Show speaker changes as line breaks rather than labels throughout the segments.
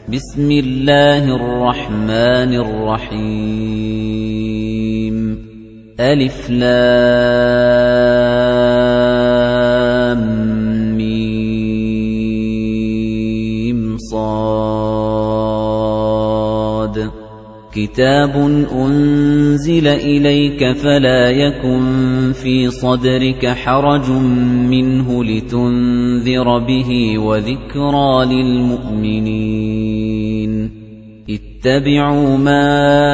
بسم الله الرحمن الرحيم ألف لام ميم صاد كتاب أنزل إليك فلا يكن في صدرك حرج منه لتنذر به وذكرى للمؤمنين اتبعوا ما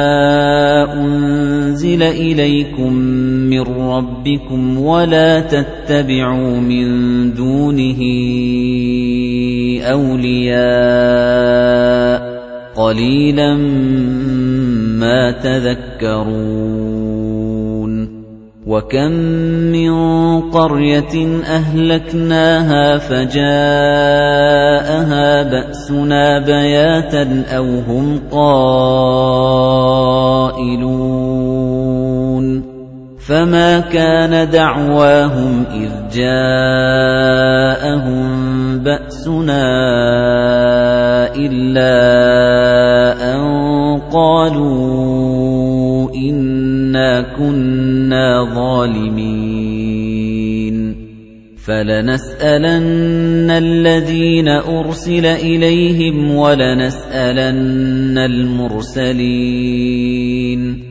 أنزل إليكم من ربكم ولا تتبعوا من دونه أولياء قليلا ما تذكرون وكم من قرية أهلكناها فجاءها بأسنا بياتا أو هم قائلون فما كان دعواهم إذ جاءهم بأسنا إلا أن قالوا إنا كنا ظالمين فلنسألن الذين أرسل إليهم ولنسألن المرسلين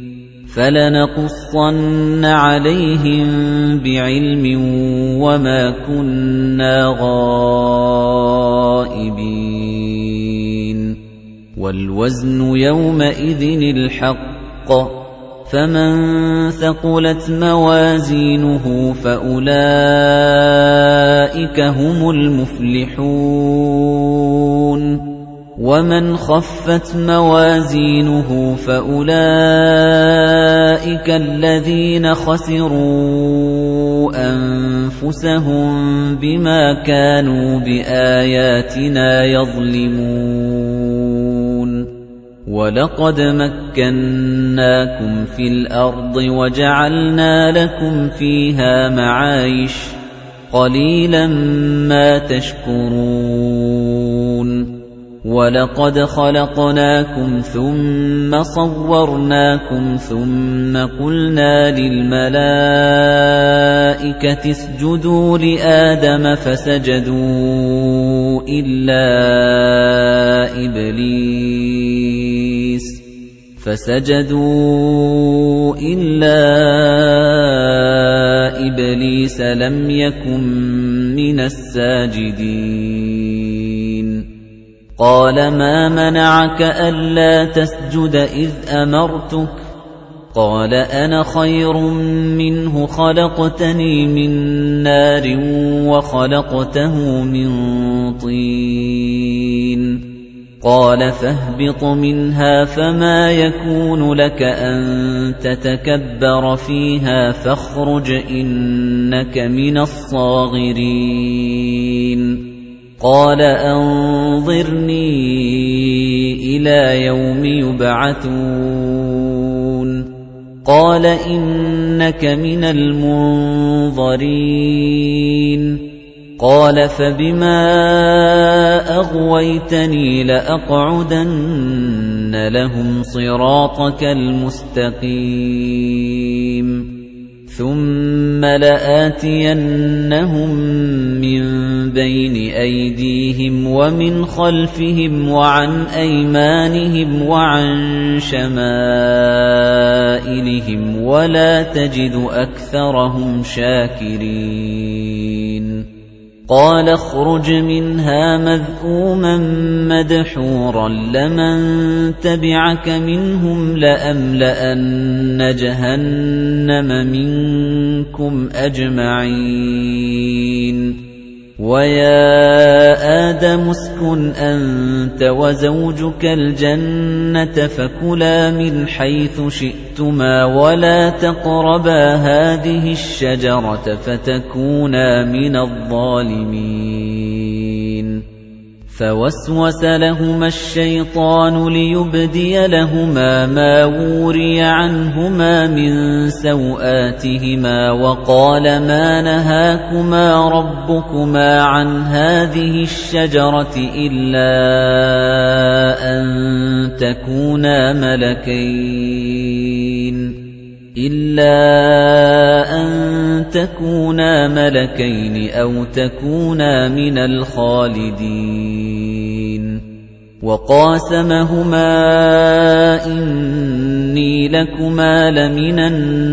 فلنقصن عليهم بعلم وما كنا غائبين والوزن يومئذ الحق فمن ثقلت موازينه فأولئك هم المفلحون ومن خفت موازينه فأولئك الذين خسروا أنفسهم بما كانوا بآياتنا يظلمون وَلَقَدْ مَكَّنَّاكُمْ فِي الْأَرْضِ وَجَعَلْنَا لَكُمْ فِيهَا مَعَايِشَ قَلِيلًا مَا تَشْكُرُونَ وَلَقَدْ خَلَقْنَاكُمْ ثُمَّ صَوَّرْنَاكُمْ ثُمَّ قُلْنَا لِلْمَلَائِكَةِ اسْجُدُوا لِآدَمَ فَسَجَدُوا إِلَّا إِبْلِيسَ لَمْ يَكُنْ مِنَ السَّاجِدِينَ قَالَ مَا مَنَعَكَ أَلَّا تَسْجُدَ إِذْ أَمَرْتُكَ قَالَ أَنَا خَيْرٌ مِّنْهُ خَلَقْتَنِي مِن نَّارٍ وَخَلَقْتَهُ مِن طِينٍ قَالَ فَاهْبِطْ مِنْهَا فَمَا يَكُونُ لَكَ أَن تَتَكَبَّرَ فِيهَا فَاخْرُجْ إِنَّكَ مِنَ الصَّاغِرِينَ قَالَ أَنظِرْنِي إِلَى يَوْمِ يُبْعَثُونَ قَالَ إِنَّكَ مِنَ الْمُنظَرِينَ قَالَ فَبِمَا أَغْوَيْتَنِي لَأَقْعُدَنَّ لَهُمْ صِرَاطَكَ الْمُسْتَقِيمَ ثُمَّ لَآتِيَنَّهُمْ مِنْ بَيْنِ أَيْدِيهِمْ وَمِنْ خَلْفِهِمْ وَعَنْ أَيْمَانِهِمْ وَعَنْ شَمَائِلِهِمْ وَلَا تَجِدُ أَكْثَرَهُمْ شَاكِرِينَ قَالَ اخْرُجْ مِنْهَا مَذْءُومًا مَّدْحُورًا لَّمَن تَبِعَكَ مِنْهُمْ لَأَمْلَأَنَّ جَهَنَّمَ مِنكُمْ أَجْمَعِينَ وَيَا آدَمُ اسْكُنْ أَنتَ وَزَوْجُكَ الْجَنَّةَ فَكُلَا مِنْ حَيْثُ شِئْتُمَا وَلَا تَقْرَبَا هَٰذِهِ الشَّجَرَةَ فَتَكُونَا مِنَ الظَّالِمِينَ فَوَسْوَسَ لَهُمَا الشَّيْطَانُ لِيُبْدِيَ لَهُمَا مَا وُورِيَ عَنْهُمَا مِنْ سَوْآتِهِمَا وَقَالَ مَا تَكُونَا مَلَكَيْنِ أَوْ تَكُونَا مِنَ الْخَالِدِينَ وَقَاسَمَهُمَا إِنِّي لَكُمَا لَمِنَ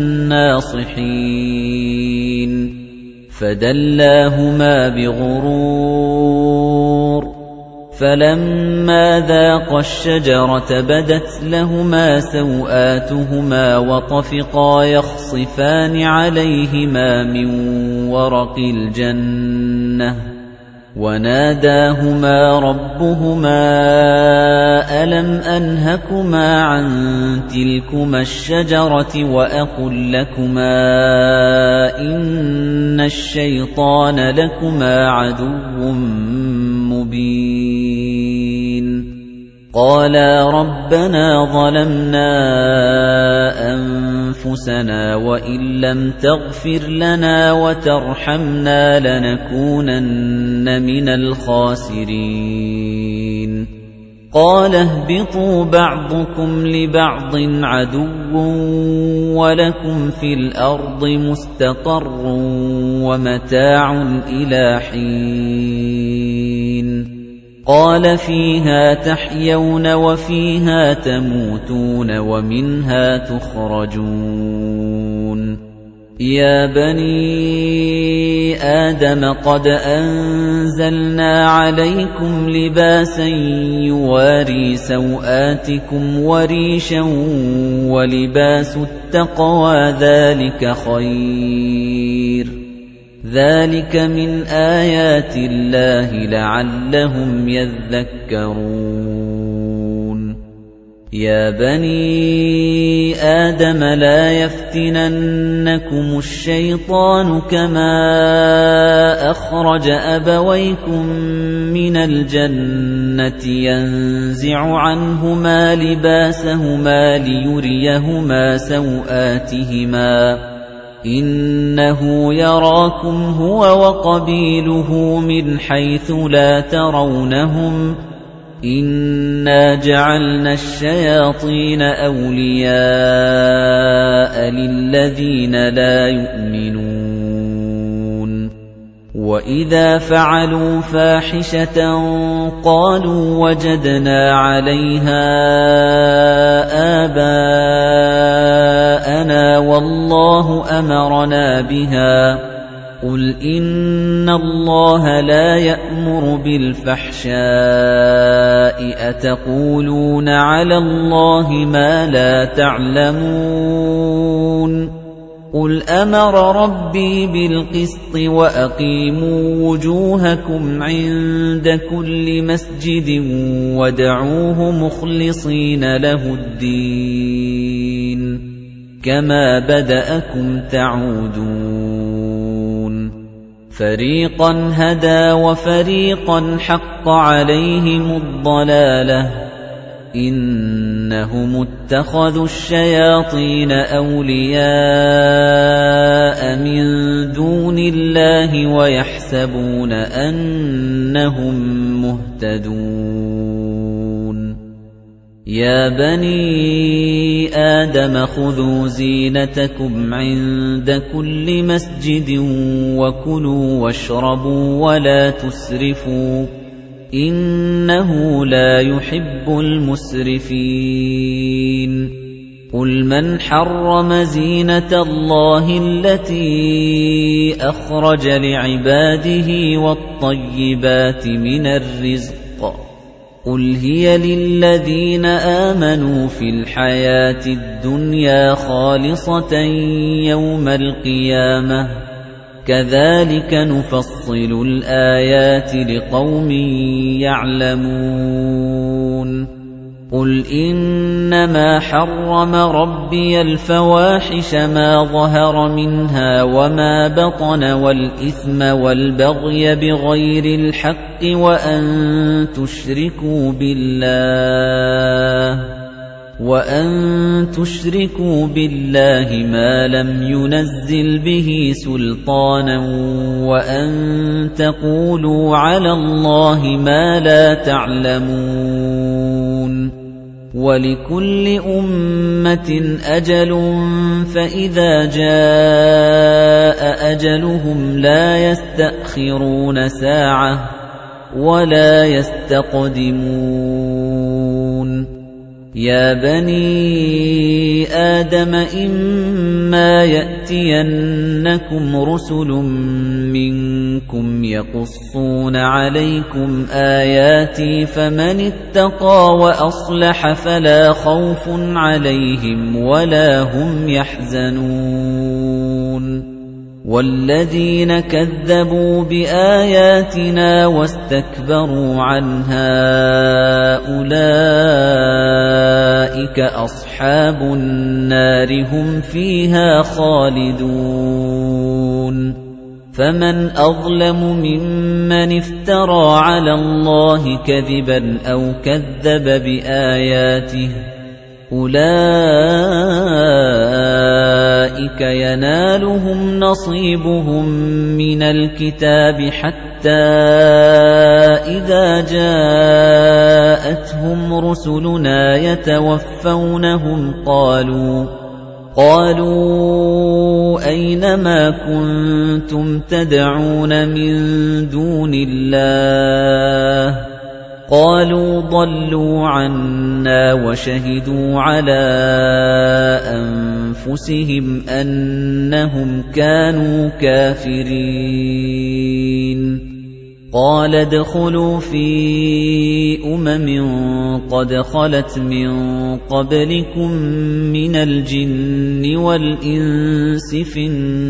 النَّاصِحِينَ فَدَلَّاهُمَا بِغُرُورٍ فَلَمَّا ذَاقَا الشَّجَرَةَ بَدَتْ لَهُمَا سَوْآتُهُمَا وَطَفِقَا يَخْصِفَانِ عَلَيْهِمَا مِنْ وَرَقِ الْجَنَّةِ وَنَادَاهُمَا رَبُّهُمَا أَلَمْ أَنْهَكُمَا عَنْ تِلْكُمَا الشَّجَرَةِ وَأَقُلْ لَكُمَا إِنَّ الشَّيْطَانَ لَكُمَا عَدُوٌّ مُبِينٌ قَالَا رَبَّنَا ظَلَمْنَا أَنفُسَنَا وَإِن لَّمْ تَغْفِرْ لَنَا وَتَرْحَمْنَا لَنَكُونَنَّ مِنَ الْخَاسِرِينَ قَالَ اهْبِطُوا بَعْضُكُمْ لِبَعْضٍ عَدُوٌّ وَلَكُمْ فِي الْأَرْضِ مُسْتَقَرٌّ وَمَتَاعٌ إِلَىٰ حِينٍ قَالَ فِيهَا تَحْيَوْنَ وَفِيهَا تَمُوتُونَ وَمِنْهَا تُخْرَجُونَ يَا بَنِي آدَمَ قَدْ أَنزَلْنَا عَلَيْكُمْ لِبَاسًا يُوَارِي سَوْآتِكُمْ وَرِيشًا وَلِبَاسُ التَّقْوَى ذَلِكَ خَيْرٌ ذَلِكَ مِنْ آيَاتِ اللَّهِ لَعَلَّهُمْ يَذَّكَّرُونَ يَا بَنِي آدَمَ لَا يَفْتِنَنَّكُمُ الشَّيْطَانُ كَمَا أَخْرَجَ أَبَوَيْكُمْ مِنَ الْجَنَّةِ يَنزِعُ عَنْهُمَا لِبَاسَهُمَا لِيُرِيَهُمَا سَوْآتِهِمَا إِنَّهُ يَرَاكُمْ هُوَ وَقَبِيلُهُ مِنْ حَيْثُ لَا تَرَوْنَهُمْ إِنَّا جَعَلْنَا الشَّيَاطِينَ أَوْلِيَاءَ لِلَّذِينَ لَا يُؤْمِنُونَ وَإِذَا فَعَلُوا فَاحِشَةً قَالُوا وَجَدْنَا عَلَيْهَا آبَاءَنَا وَاللَّهُ أَمَرَنَا بِهَا قُلْ إِنَّ اللَّهَ لَا يَأْمُرُ بِالْفَحْشَاءِ أَتَقُولُونَ عَلَى اللَّهِ مَا لَا تَعْلَمُونَ قُلْ أَمَرَ رَبِّي بِالْقِسْطِ وَأَقِيمُوا وُجُوهَكُمْ عِندَ كُلِّ مَسْجِدٍ وَادْعُوهُ مُخْلِصِينَ لَهُ الدِّينَ كَمَا بَدَأَكُمْ تَعُودُونَ فَرِيقًا هَدَى وَفَرِيقًا حَقَّ عَلَيْهِمُ الضَّلَالَةُ إِنَّهُمُ اتَّخَذُوا الشَّيَاطِينَ أَوْلِيَاءَ مِن دُونِ اللَّهِ وَيَحْسَبُونَ أَنَّهُم مُّهْتَدُونَ يَا بَنِي آدَمَ خُذُوا زِينَتَكُمْ عِندَ كُلِّ مَسْجِدٍ وَكُلُوا وَاشْرَبُوا وَلَا تُسْرِفُوا إِنَّهُ لَا يُحِبُّ الْمُسْرِفِينَ قُلْ مَنْ حَرَّمَ زِينَةَ اللَّهِ الَّتِي أَخْرَجَ لِعِبَادِهِ وَالطَّيِّبَاتِ مِنَ الرِّزْقِ قُلْ هِيَ لِلَّذِينَ آمَنُوا فِي الْحَيَاةِ الدُّنْيَا خَالِصَةً يَوْمَ الْقِيَامَةِ كَذَلِكَ نُفَصِّلُ الْآيَاتِ لِقَوْمٍ يَعْلَمُونَ قُلْ إِنَّمَا حَرَّمَ رَبِّيَ الْفَوَاحِشَ مَا ظَهَرَ مِنْهَا وَمَا بَطَنَ وَالْإِثْمَ وَالْبَغْيَ بِغَيْرِ الْحَقِّ وَأَن تُشْرِكُوا بِاللَّهِ مَا لَمْ يُنَزِّلْ بِهِ سُلْطَانًا وَأَن تَقُولُوا عَلَى اللَّهِ مَا لَا تَعْلَمُونَ وَلِكُلِّ أُمَّةٍ أَجَلٌ فَإِذَا جَاءَ أَجَلُهُمْ لَا يَسْتَأْخِرُونَ سَاعَةً وَلَا يَسْتَقْدِمُونَ يَا بَنِي آدَمَ إِمَّا يَأْتِيَنَّكُمْ رُسُلٌ مِّنكُمْ يَقُصُّونَ عَلَيْكُمْ آيَاتِي فَمَنِ اتَّقَىٰ وَأَصْلَحَ فَلَا خَوْفٌ عَلَيْهِمْ وَلَا هُمْ يَحْزَنُونَ وَالَّذِينَ كَذَّبُوا بِآيَاتِنَا وَاسْتَكْبَرُوا عَنْهَا أُولَٰئِكَ أَصْحَابُ النَّارِ هُمْ فِيهَا خَالِدُونَ فَمَنْ أَظْلَمُ مِمَّنِ افْتَرَىٰ عَلَى اللَّهِ كَذِبًا أَوْ كَذَّبَ بِآيَاتِهِ أُولَئِكَ يَنَالُهُمْ نَصِيبُهُم مِّنَ الْكِتَابِ حَتَّىٰ إِذَا جَاءَتْهُمْ رُسُلُنَا يَتَوَفَّوْنَهُمْ قَالُوا أَيْنَ مَا كُنتُمْ تَدْعُونَ مِن دُونِ اللَّهِ قَالُوا ضَلُّوا عَنَّا وَشَهِدُوا عَلَىٰ أَنفُسِهِمْ أَنَّهُمْ كَانُوا كَافِرِينَ قَالَ ادْخُلُوا فِي قَدْ خَلَتْ مِن قَبْلِكُم مِّنَ الْجِنِّ وَالْإِنسِ فِي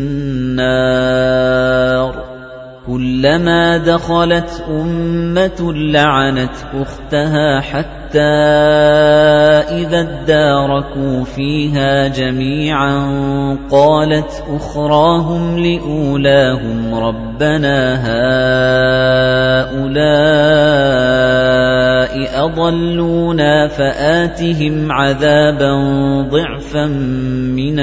النَّارِ كُلَّمَا دَخَلَتْ أُمَّةٌ لَّعَنَتْ أُخْتَهَا حَتَّىٰ إِذَا ادَّارَكُوا فِيهَا جَمِيعًا قَالَتْ أُخْرَاهُمْ لِأُولَاهُمْ رَبَّنَا هَٰؤُلَاءِ أَضَلُّونَا فَآتِهِمْ عَذَابًا ضِعْفًا مِّنَ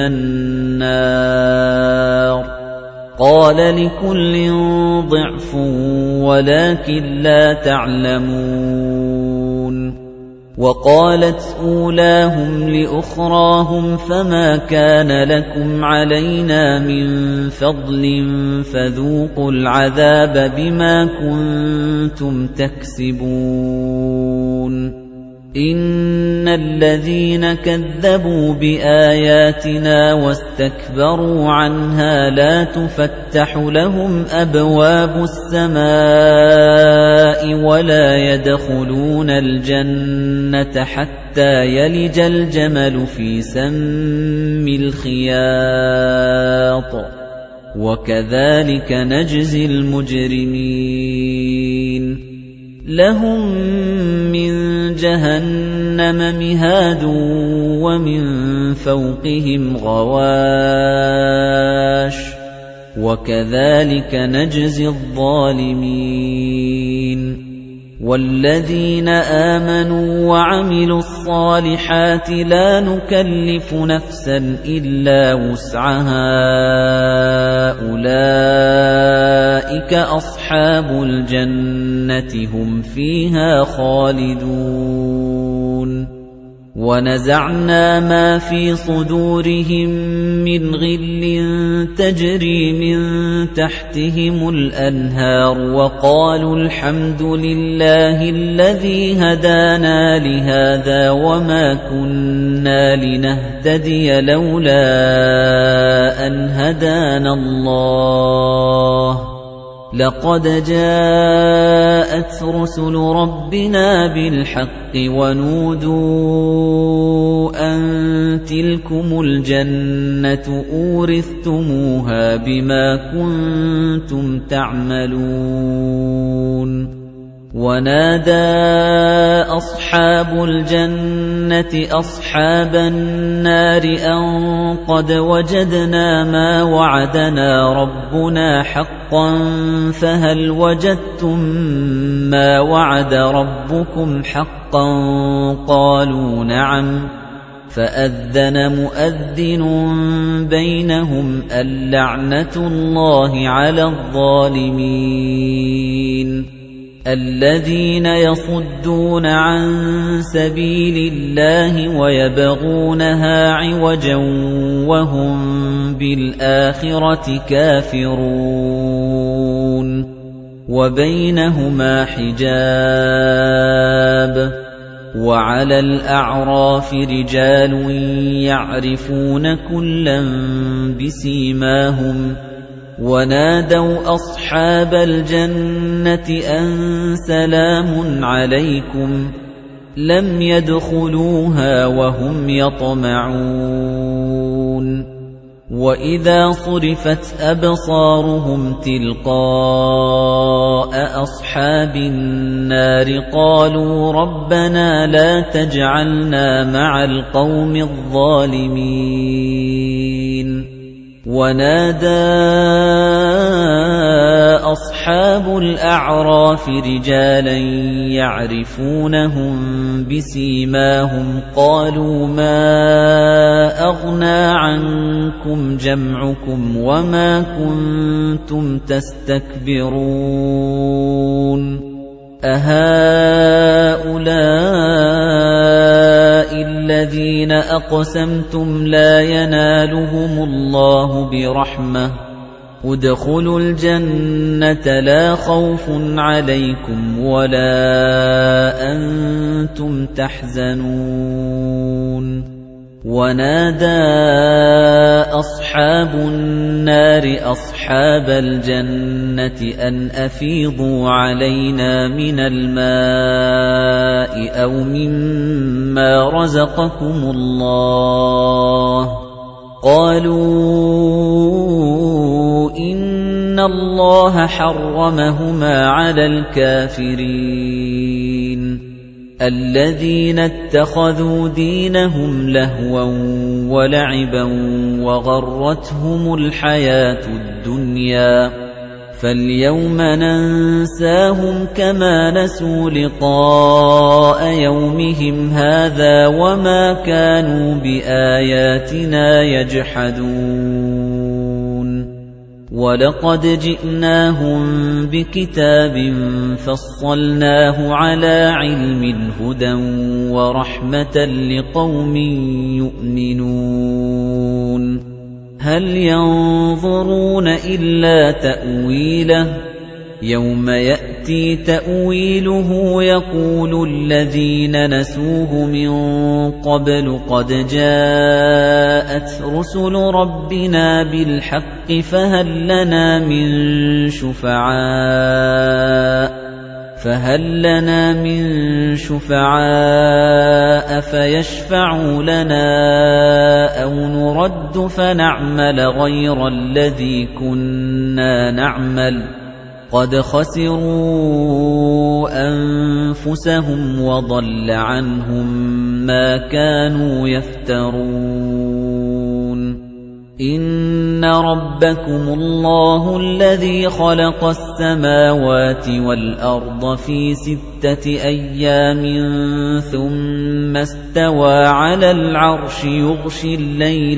النَّارِ قَالَ لِكُلٍّ ضِعْفٌ وَلَٰكِن لَّا تَعْلَمُونَ وَقَالَتْ أُولَاهُمْ لِأُخْرَاهُمْ فَمَا كَانَ لَكُمْ عَلَيْنَا مِن فَضْلٍ فَذُوقُوا الْعَذَابَ بِمَا كُنتُمْ تَكْسِبُونَ إِنَّ الَّذِينَ كَذَّبُوا بِآيَاتِنَا وَاسْتَكْبَرُوا عَنْهَا لَا تُفَتَّحُ لَهُمْ أَبْوَابُ السَّمَاءِ وَلَا يَدْخُلُونَ الْجَنَّةَ حَتَّىٰ يَلِجَ الْجَمَلُ فِي سَمِّ الْخِيَاطِ وَكَذَلِكَ نَجْزِي الْمُجْرِمِينَ لَهُم مِّن جَهَنَّمَ مِهَادٌ وَمِن فَوْقِهِمْ غَوَاشٍ وَكَذَلِكَ نَجْزِي الظَّالِمِينَ وَالَّذِينَ آمَنُوا وَعَمِلُوا الصَّالِحَاتِ لَا نُكَلِّفُ نَفْسًا إِلَّا وُسْعَهَا أُولَئِكَ أَصْحَابُ الْجَنَّةِ هُمْ فِيهَا خَالِدُونَ وَنَزَعْنَا مَا فِي صُدُورِهِم مِّنْ غِلٍّ تَجْرِي مِن تَحْتِهِمُ الْأَنْهَارُ وَقَالُوا الْحَمْدُ لِلَّهِ الَّذِي هَدَانَا لِهَٰذَا وَمَا كُنَّا لِنَهْتَدِيَ لَوْلَا أَنْ هَدَانَا اللَّهُ لَقَدْ جَاءَتْ رُسُلُ رَبِّنَا بِالْحَقِّ وَنُودُوا أَن تِلْكُمُ الْجَنَّةُ أُورِثْتُمُوهَا بِمَا كُنتُمْ تَعْمَلُونَ وَنَادَى أَصْحَابُ الْجَنَّةِ أَصْحَابَ النَّارِ أَن قَدْ وَجَدْنَا مَا وَعَدَنَا رَبُّنَا حَقًّا فَهَلْ وَجَدتُّم مَّا وَعَدَ رَبُّكُمْ حَقًّا قَالُوا نَعَمْ فَأَذَّنَ مُؤَذِّنٌ بَيْنَهُمْ اللَّعْنَةُ اللَّهِ عَلَى الظَّالِمِينَ الَّذِينَ يَصُدُّونَ عَن سَبِيلِ اللَّهِ وَيَبْغُونَهَا عِوَجًا وَهُم بِالْآخِرَةِ كَافِرُونَ وَبَيْنَهُمَا حِجَابٌ وَعَلَى الْأَعْرَافِ رِجَالٌ يَعْرِفُونَ كُلًّا بِسِيمَاهُمْ وَنَادَوْا أَصْحَابَ الْجَنَّةِ أَن سَلَامٌ عَلَيْكُمْ لَمْ يَدْخُلُوهَا وَهُمْ يَطْمَعُونَ وَإِذَا صُرِفَتْ أَبْصَارُهُمْ تِلْقَاءَ أَصْحَابِ النَّارِ قَالُوا رَبَّنَا لَا تَجْعَلْنَا مَعَ الْقَوْمِ الظَّالِمِينَ وَنَادَى أَصْحَابُ الْأَعْرَافِ رِجَالًا يَعْرِفُونَهُم بِسِيمَاهُمْ قَالُوا مَا أَغْنَىٰ عَنكُمْ جَمْعُكُمْ وَمَا كُنتُمْ تَسْتَكْبِرُونَ أَهَٰؤُلَاءِ الَّذِينَ أَقْسَمْتُمْ لَا يَنَالُهُمُ اللَّهُ بِرَحْمَةٍ ادْخُلُوا الْجَنَّةَ لَا خَوْفٌ عَلَيْكُمْ وَلَا أَنتُمْ تَحْزَنُونَ وَنَادَى أَصْحَابُ النَّارِ أَصْحَابَ الْجَنَّةِ أَنْ أَفِيضُوا عَلَيْنَا مِنَ الْمَاءِ أَوْ مِمَّا رَزَقَكُمُ اللَّهُ قَالُوا إِنَّ اللَّهَ حَرَّمَهُمَا عَلَى الْكَافِرِينَ الَّذِينَ اتَّخَذُوا دِينَهُمْ لَهْوًا وَلَعِبًا وَغَرَّتْهُمُ الْحَيَاةُ الدُّنْيَا فَالْيَوْمَ نَنسَاهُمْ كَمَا نَسُوا لِقَاءَ يَوْمِهِمْ هَٰذَا وَمَا كَانُوا بِآيَاتِنَا يَجْحَدُونَ وَلَقَدْ جِئْنَاهُم بِكِتَابٍ فَصَّلْنَاهُ عَلَىٰ عِلْمٍ هُدًى وَرَحْمَةً لِّقَوْمٍ يُؤْمِنُونَ هَلْ يَنظُرُونَ إِلَّا تَأْوِيلَهُ يَوْمَ يَأْتِي تَأْوِيلُهُ يَقُولُ الَّذِينَ نَسُوهُ مِن قَبْلُ قَدْ جَاءَتْ رُسُلُ رَبِّنَا بِالْحَقِّ فَهَل لَّنَا مِن شُفَعَاءَ فَيَشْفَعُوا لَنَا أَوْ نُرَدُّ فَنَعْمَلَ غَيْرَ الَّذِي كُنَّا نَعْمَلُ قَدْ خَسِرُوا أَنفُسَهُمْ وَضَلَّ عَنْهُم مَّا كَانُوا يَفْتَرُونَ إِنَّ رَبَّكُمُ اللَّهُ الَّذِي خَلَقَ السَّمَاوَاتِ وَالْأَرْضَ فِي 6 أَيَّامٍ ثُمَّ اسْتَوَىٰ عَلَى الْعَرْشِ يُغْشِي اللَّيْلَ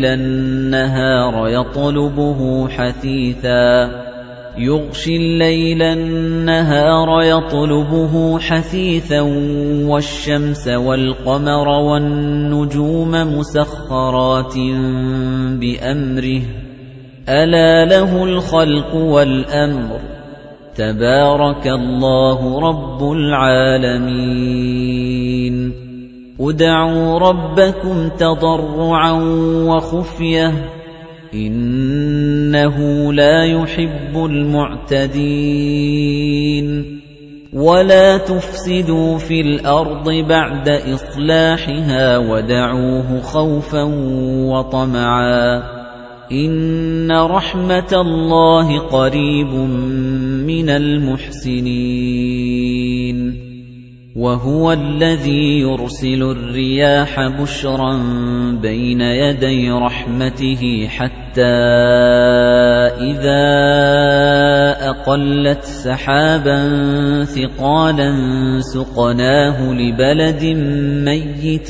النَّهَارَ يَطْلُبُهُ حَثِيثًا وَالشَّمْسَ وَالْقَمَرَ وَالنُّجُومَ مُسَخَّرَاتٍ بِأَمْرِهِ أَلَا لَهُ الْخَلْقُ وَالْأَمْرُ تَبَارَكَ اللَّهُ رَبُّ الْعَالَمِينَ ادْعُوا رَبَّكُمْ تَضَرُّعًا وَخُفْيَةً إِنَّهُ لَا يُحِبُّ الْمُعْتَدِينَ وَلَا تُفْسِدُوا فِي الْأَرْضِ بَعْدَ إِصْلَاحِهَا وَادْعُوهُ خَوْفًا وَطَمَعًا إِنَّ رَحْمَتَ اللَّهِ قَرِيبٌ مِّنَ الْمُحْسِنِينَ وَهُوَ الَّذِي يُرْسِلُ الرِّيَاحَ بُشْرًا بَيْنَ يَدَيْ رَحْمَتِهِ حَتَّى إِذَا أَقَلَّتْ سَحَابًا ثِقَالًا سُقْنَاهُ لِبَلَدٍ مَّيِّتٍ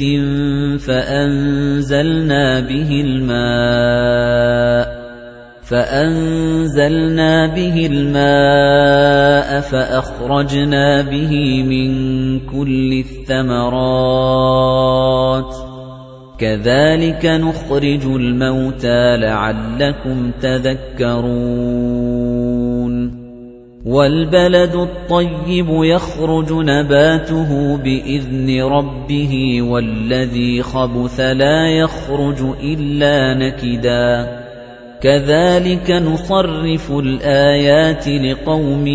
فأنزلنا به الماء فأخرجنا به من كل الثمرات كذلك نخرج الموتى لعلكم تذكرون والبلد الطيب يخرج نباته بإذن ربه والذي خبث لا يخرج إلا نكدا كذلك نصرف الآيات لقوم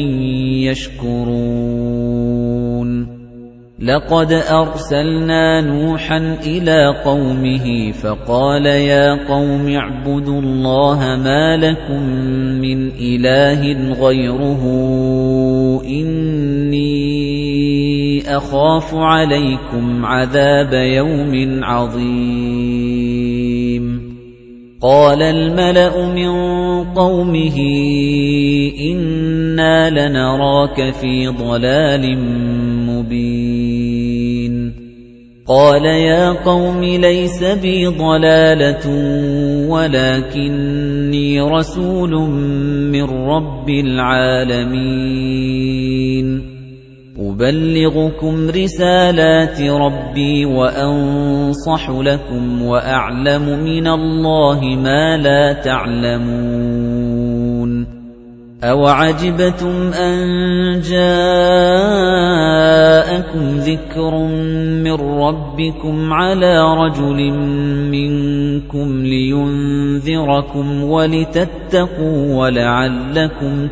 يشكرون لقد أرسلنا نوحا إلى قومه فقال يا قوم اعبدوا الله ما لكم من إله غيره إني أخاف عليكم عذاب يوم عظيم قال الملأ من قومه إنا لنراك في ضلال مبين قال يا قوم ليس بي ضلالة ولكني رسول من رب العالمين أبلغكم رسالات ربي وأنصح لكم وأعلم من الله ما لا تعلمون أَوَعَجِبْتُمْ أَن جَاءَكُمْ ذِكْرٌ مِّن رَّبِّكُمْ عَلَىٰ رَجُلٍ مِّنكُمْ لِيُنذِرَكُمْ وَلِتَتَّقُوا وَلَعَلَّكُمْ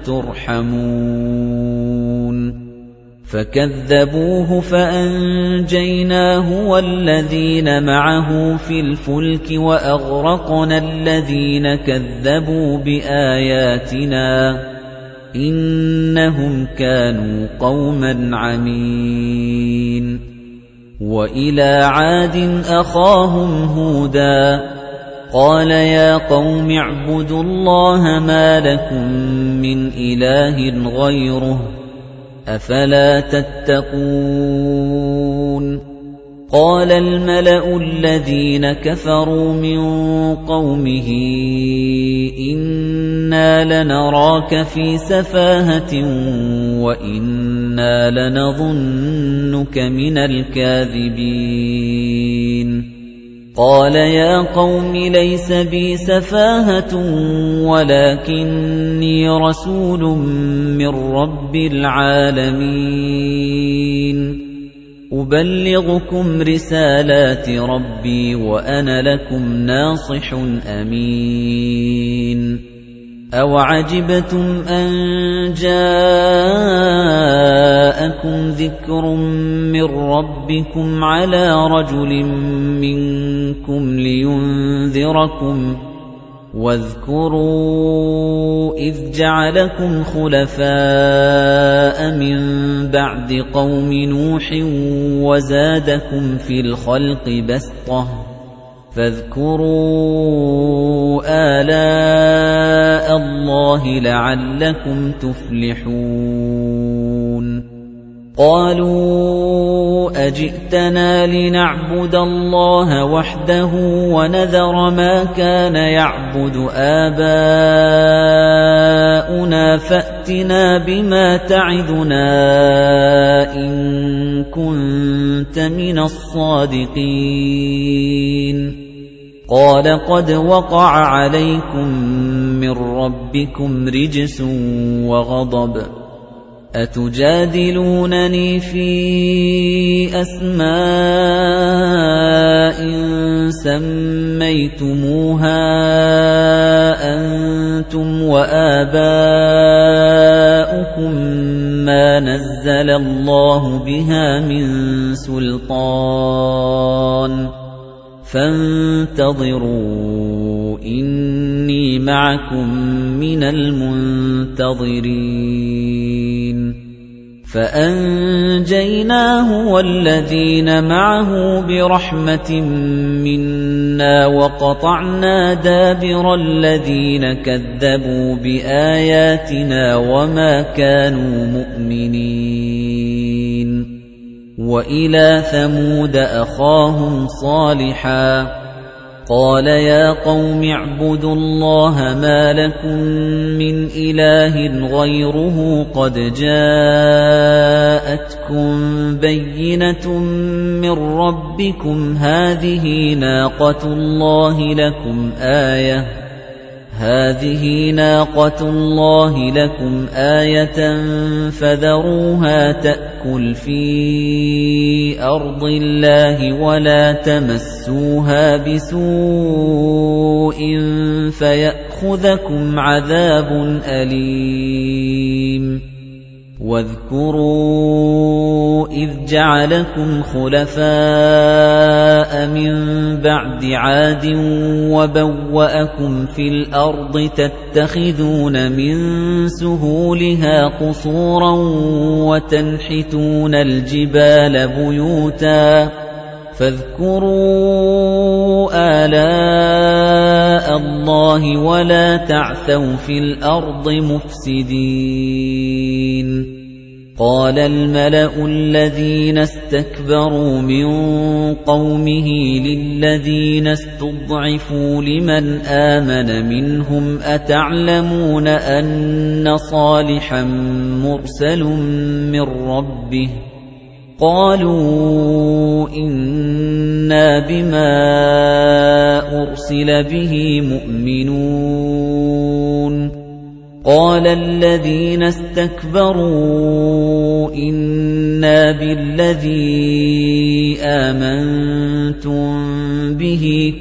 تُرْحَمُونَ فَكَذَّبُوهُ فَأَنجَيْنَاهُ وَالَّذِينَ مَعَهُ فِي الْفُلْكِ وَأَغْرَقْنَا الَّذِينَ كَذَّبُوا بِآيَاتِنَا إِنَّهُمْ كَانُوا قَوْمًا عَمِينَ وَإِلَى عَادٍ أَخَاهُمْ هُودًا قَالَ يَا قَوْمِ اعْبُدُوا اللَّهَ مَا لَكُم مِّنْ إِلَٰهٍ غَيْرُهُ أَفَلَا تَتَّقُونَ قَالَ الْمَلَأُ الَّذِينَ كَفَرُوا مِن قَوْمِهِ إِنَّا لَنَرَاكَ فِي سَفَاهَةٍ وَإِنَّا لَنَظُنُّكَ مِنَ الْكَاذِبِينَ قَالَ يَا قَوْمِ لَيْسَ بِي سَفَاهَةٌ وَلَكِنِّي رَسُولٌ مِّن رَّبِّ الْعَالَمِينَ أُبَلِّغُكُمْ رِسَالَاتِ رَبِّي وَأَنَا لَكُمْ نَاصِحٌ أَمِينٌ أَوَعَجِبْتُمْ أَن جَاءَكُمْ ذِكْرٌ مِّن رَّبِّكُمْ عَلَىٰ رَجُلٍ مِّنكُمْ لِيُنذِرَكُمْ وَاذْكُرُوا إِذْ جَعَلَكُمْ خُلَفَاءَ مِن بَعْدِ قَوْمِ نُوحٍ وَزَادَكُمْ فِي الْخَلْقِ بَسْطَةً فاذكروا آلاء الله لعلكم تفلحون قالوا أجئتنا لنعبد الله وحده ونذر ما كان يعبد آباؤنا فأتنا بما تعدنا إن كنت من الصادقين قال قد وقع عليكم من ربكم رجس وغضب أتجادلونني في أسماء سميتموها أنتم وآباؤكم ما نزل الله بها من سلطان فانتظروا إني معكم من المنتظرين فأنجيناه والذين معه برحمة منا وقطعنا دابر الذين كذبوا بآياتنا وما كانوا مؤمنين وإلى ثمود أخاهم صالحا قَالَ يَا قَوْمِ اعْبُدُوا اللَّهَ مَا لَكُم مِّنْ إِلَٰهٍ غَيْرُهُ قَدْ جَاءَتْكُم بَيِّنَةٌ مِّن رَّبِّكُمْ هَٰذِهِ نَاقَةُ اللَّهِ لَكُمْ آيَةً فَذَرُوهَا تَأْكُلْ فِي أَرْضِ اللَّهِ وَلَا تَمَسُّوهَا بِسُوءٍ فَيَأْخُذَكُمْ عَذَابٌ أَلِيمٌ وَاذْكُرُوا إِذْ جَعَلَكُمْ خُلَفَاءَ مِن بَعْدِ عَادٍ وَبَوَّأَكُمْ فِي الْأَرْضِ تَتَّخِذُونَ مِن سُهُولِهَا قُصُورًا وَتَنْحِتُونَ الْجِبَالَ بُيُوتًا فَاذْكُرُوا آلَاءَ اللَّهِ وَلَا تَعْثَوْا فِي الْأَرْضِ مُفْسِدِينَ قَالَ الْمَلَأُ الَّذِينَ اسْتَكْبَرُوا مِن قَوْمِهِ لِلَّذِينَ اسْتُضْعِفُوا لِمَنْ آمَنَ مِنْهُمْ أَتَعْلَمُونَ أَنَّ صَالِحًا مُرْسَلٌ مِّن رَّبِّهِ قَالُوا إِنَّا بِمَا أُرْسِلَ بِهِ مُؤْمِنُونَ قَالَ الَّذِينَ اسْتَكْبَرُوا إِنَّا بِالَّذِي آمَنتُم بِهِ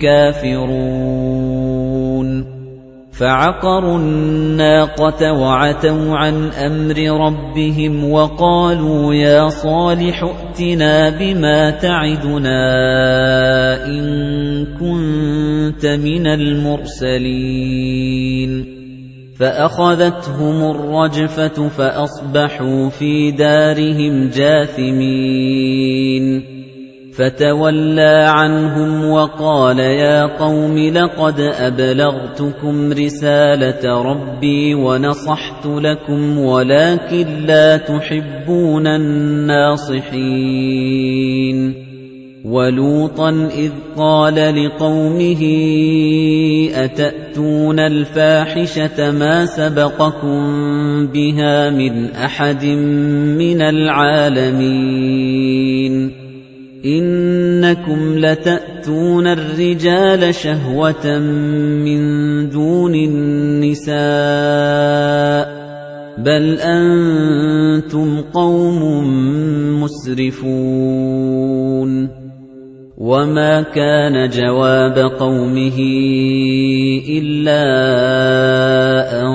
كَافِرُونَ فَعَقَرُوا النَّاقَةَ وَعَتَوْا عَنْ أَمْرِ رَبِّهِمْ وَقَالُوا يَا صَالِحُ ائْتِنَا بِمَا تَعِدُنَا إِن كُنتَ مِنَ الْمُرْسَلِينَ فَأَخَذَتْهُمُ الرَّجْفَةُ فَأَصْبَحُوا فِي دَارِهِمْ جَاثِمِينَ فَتَوَلَّى عَنْهُمْ وَقَالَ يَا قَوْمِ لَقَدْ أَبْلَغْتُكُمْ رِسَالَةَ رَبِّي وَنَصَحْتُ لَكُمْ وَلَكِن لَّا تُحِبُّونَ النَّاصِحِينَ وَلُوطًا إِذْ قَالَ لِقَوْمِهِ أَتَأْتُونَ الْفَاحِشَةَ مَا سَبَقَكُم بِهَا مِنْ أَحَدٍ مِّنَ الْعَالَمِينَ إِنَّكُمْ لَتَأْتُونَ الرِّجَالَ شَهْوَةً مِّن دُونِ النِّسَاءِ بَلْ أَنتُمْ قَوْمٌ مُّسْرِفُونَ وَمَا كَانَ جَوَابَ قَوْمِهِ إِلَّا أَن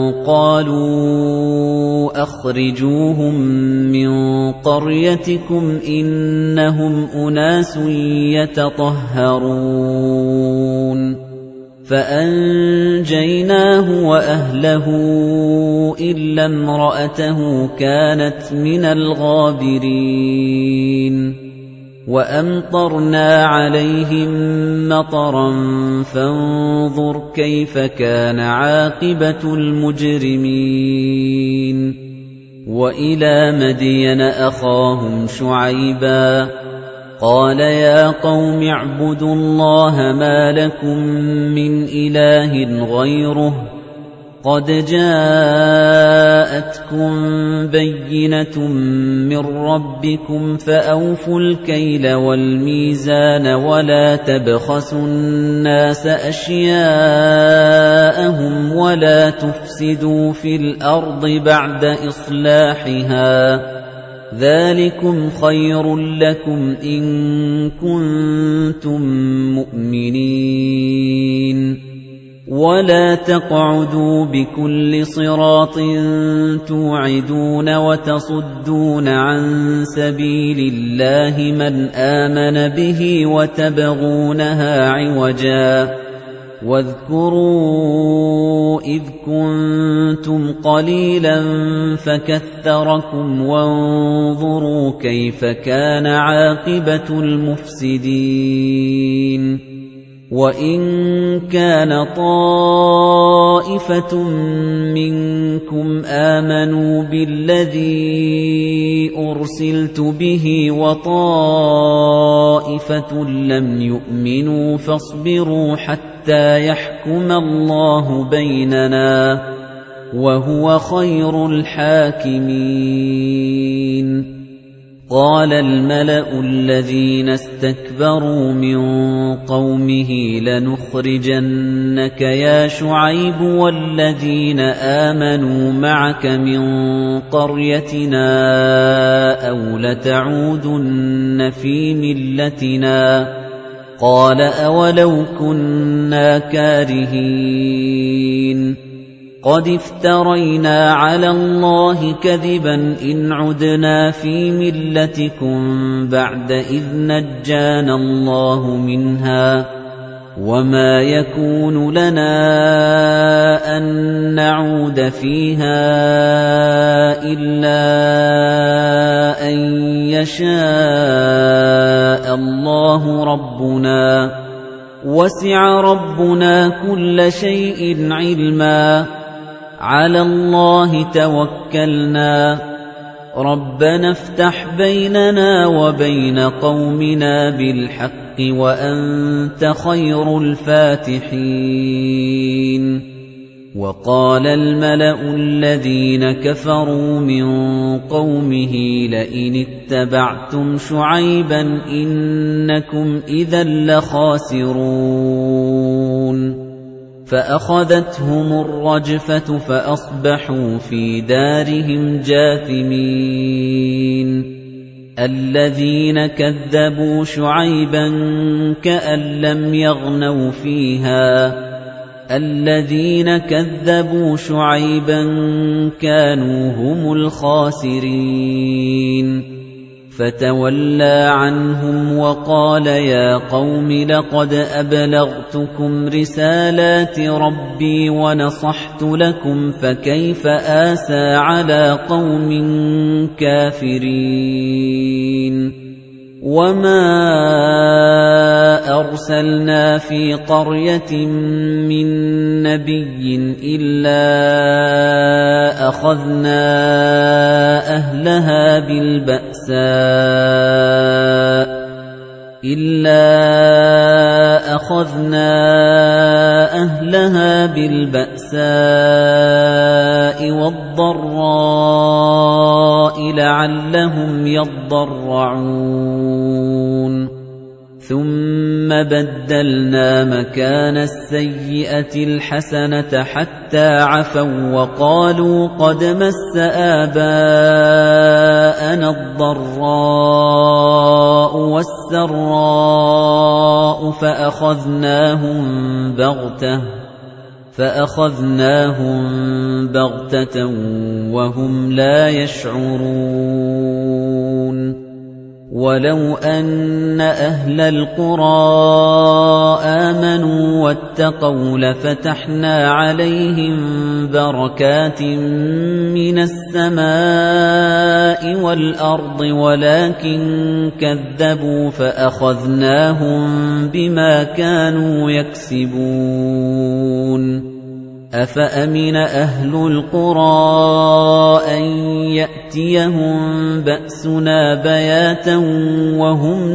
قَالُوا أَخْرِجُوهُم مِّن قَرْيَتِكُمْ إِنَّهُمْ أُنَاسٌ يَتَطَهَّرُونَ فَأَنجَيْنَاهُ وَأَهْلَهُ إِلَّا امْرَأَتَهُ كَانَتْ مِنَ الْغَابِرِينَ وَأَمْطَرْنَا عَلَيْهِم مَّطَرًا فَانظُرْ كَيْفَ كَانَ عَاقِبَةُ الْمُجْرِمِينَ وَإِلَىٰ مَدْيَنَ أَخَاهُمْ شُعَيْبًا قَالَ يَا قَوْمِ اعْبُدُوا اللَّهَ مَا لَكُم مِّنْ إِلَٰهٍ غَيْرُهُ قَدْ جَاءَتْكُم بَيِّنَةٌ مِّن رَّبِّكُمْ فَأَوْفُوا الْكَيْلَ وَالْمِيزَانَ وَلَا تَبْخَسُوا النَّاسَ أَشْيَاءَهُمْ وَلَا تُفْسِدُوا فِي الْأَرْضِ بَعْدَ إِصْلَاحِهَا ذَلِكُمْ خَيْرٌ لَّكُمْ إِن كُنتُم مُّؤْمِنِينَ وَلَا تَقْعُدُوا بِكُلِّ صِرَاطٍ تُوعِدُونَ وَتَصُدُّونَ عَن سَبِيلِ اللَّهِ مَنْ آمَنَ بِهِ وَتَبْغُونَهَا عِوَجًا وَاذْكُرُوا إِذْ كُنتُمْ قَلِيلًا فَكَثَّرَكُمْ وَانظُرُوا كَيْفَ كَانَ عَاقِبَةُ الْمُفْسِدِينَ وَإِن كَانَ طَائِفَةٌ مِّنكُمْ آمَنُوا بِالَّذِي أُرْسِلْتُ بِهِ وَطَائِفَةٌ لَّمْ يُؤْمِنُوا فَاصْبِرُوا حَتَّىٰ يَحْكُمَ اللَّهُ بَيْنَنَا وَهُوَ خَيْرُ الْحَاكِمِينَ قَالَ الْمَلَأُ الَّذِينَ اسْتَكْبَرُوا مِن قَوْمِهِ لَنُخْرِجَنَّكَ يَا شُعَيْبُ وَالَّذِينَ آمَنُوا مَعَكَ مِن قَرْيَتِنَا أَوْ لَتَعُودُنَّ فِي مِلَّتِنَا قَالَ أَوَلَوْ كُنَّا كَارِهِينَ قَدِ افْتَرَيْنَا عَلَى اللَّهِ كَذِبًا إِنْ عُدْنَا فِي مِلَّتِكُمْ بَعْدَ إِذْ نَجَّانَا اللَّهُ مِنْهَا وَمَا يَكُونُ لَنَا أَن نَّعُودَ فِيهَا إِلَّا أَن يَشَاءَ اللَّهُ رَبُّنَا وَسِعَ رَبُّنَا كُلَّ شَيْءٍ عِلْمًا عَلَى اللَّهِ تَوَكَّلْنَا رَبَّنَا افْتَحْ بَيْنَنَا وَبَيْنَ قَوْمِنَا بِالْحَقِّ وَأَنتَ خَيْرُ الْفَاتِحِينَ وَقَالَ الْمَلَأُ الَّذِينَ كَفَرُوا مِن قَوْمِهِ لَئِنِ اتَّبَعْتُمْ شُعَيْبًا إِنَّكُمْ إِذًا لَّخَاسِرُونَ فَأَخَذَتْهُمُ الرَّجْفَةُ فَأَصْبَحُوا فِي دَارِهِمْ جَاثِمِينَ الَّذِينَ كَذَّبُوا شُعَيْبًا كَأَن لَّمْ يَغْنَوْا فِيهَا الَّذِينَ كَذَّبُوا شُعَيْبًا كَانُوا هُمُ الْخَاسِرِينَ فَتَوَلَّى عَنْهُمْ وَقَالَ يَا قَوْمِ لَقَدْ أَبْلَغْتُكُمْ رِسَالَاتِ رَبِّي وَنَصَحْتُ لَكُمْ فَكَيْفَ آسَىٰ عَلَىٰ قَوْمٍ كَافِرِينَ وَمَا أَرْسَلْنَا فِي قَرْيَةٍ مِّن نَّبِيٍّ إِلَّا أَخَذْنَا أَهْلَهَا بِالْبَأْسَاءِ وَالضَّرَّاءِ لَعَلَّهُمْ يَضَّرَّعُونَ ثُمَّ بَدَّلْنَا مَكَانَ السَّيِّئَةِ الْحَسَنَةَ حَتَّىٰ عَفَوا وَّقَالُوا قَدْ مَسَّ آبَاءَنَا الضَّرَّاءُ وَالسَّرَّاءُ فَأَخَذْنَاهُم بَغْتَةً وَهُمْ لَا يَشْعُرُونَ وَلَوْ أَنَّ أَهْلَ الْقُرَىٰ آمَنُوا وَاتَّقَوْا لَفَتَحْنَا عَلَيْهِم بَرَكَاتٍ مِّنَ السَّمَاءِ وَالْأَرْضِ وَلَٰكِن كَذَّبُوا فَأَخَذْنَاهُم بِمَا كَانُوا يَكْسِبُونَ أَفَأَمِنَ أَهْلُ الْقُرَىٰ أَن يَأْتِيَهُم بَأْسُنَا بَيَاتًا وَهُمْ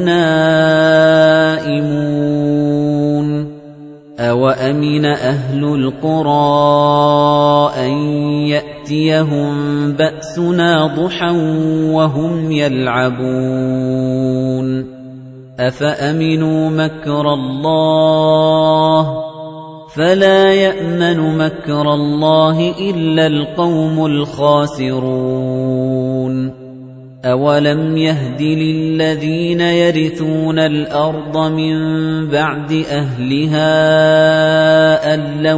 نَائِمُونَ أَوَأَمِنَ أَهْلُ الْقُرَىٰ أَن يَأْتِيَهُم بَأْسُنَا ضُحًى وَهُمْ يَلْعَبُونَ أَفَأَمِنُوا مَكْرَ اللَّهِ فَلَا يَأْمَنُ مَكْرَ اللَّهِ إِلَّا الْقَوْمُ الْخَاسِرُونَ أَوَلَمْ يَهْدِ لِلَّذِينَ يَرِثُونَ الْأَرْضَ مِن بَعْدِ أَهْلِهَا أَن لَّوْ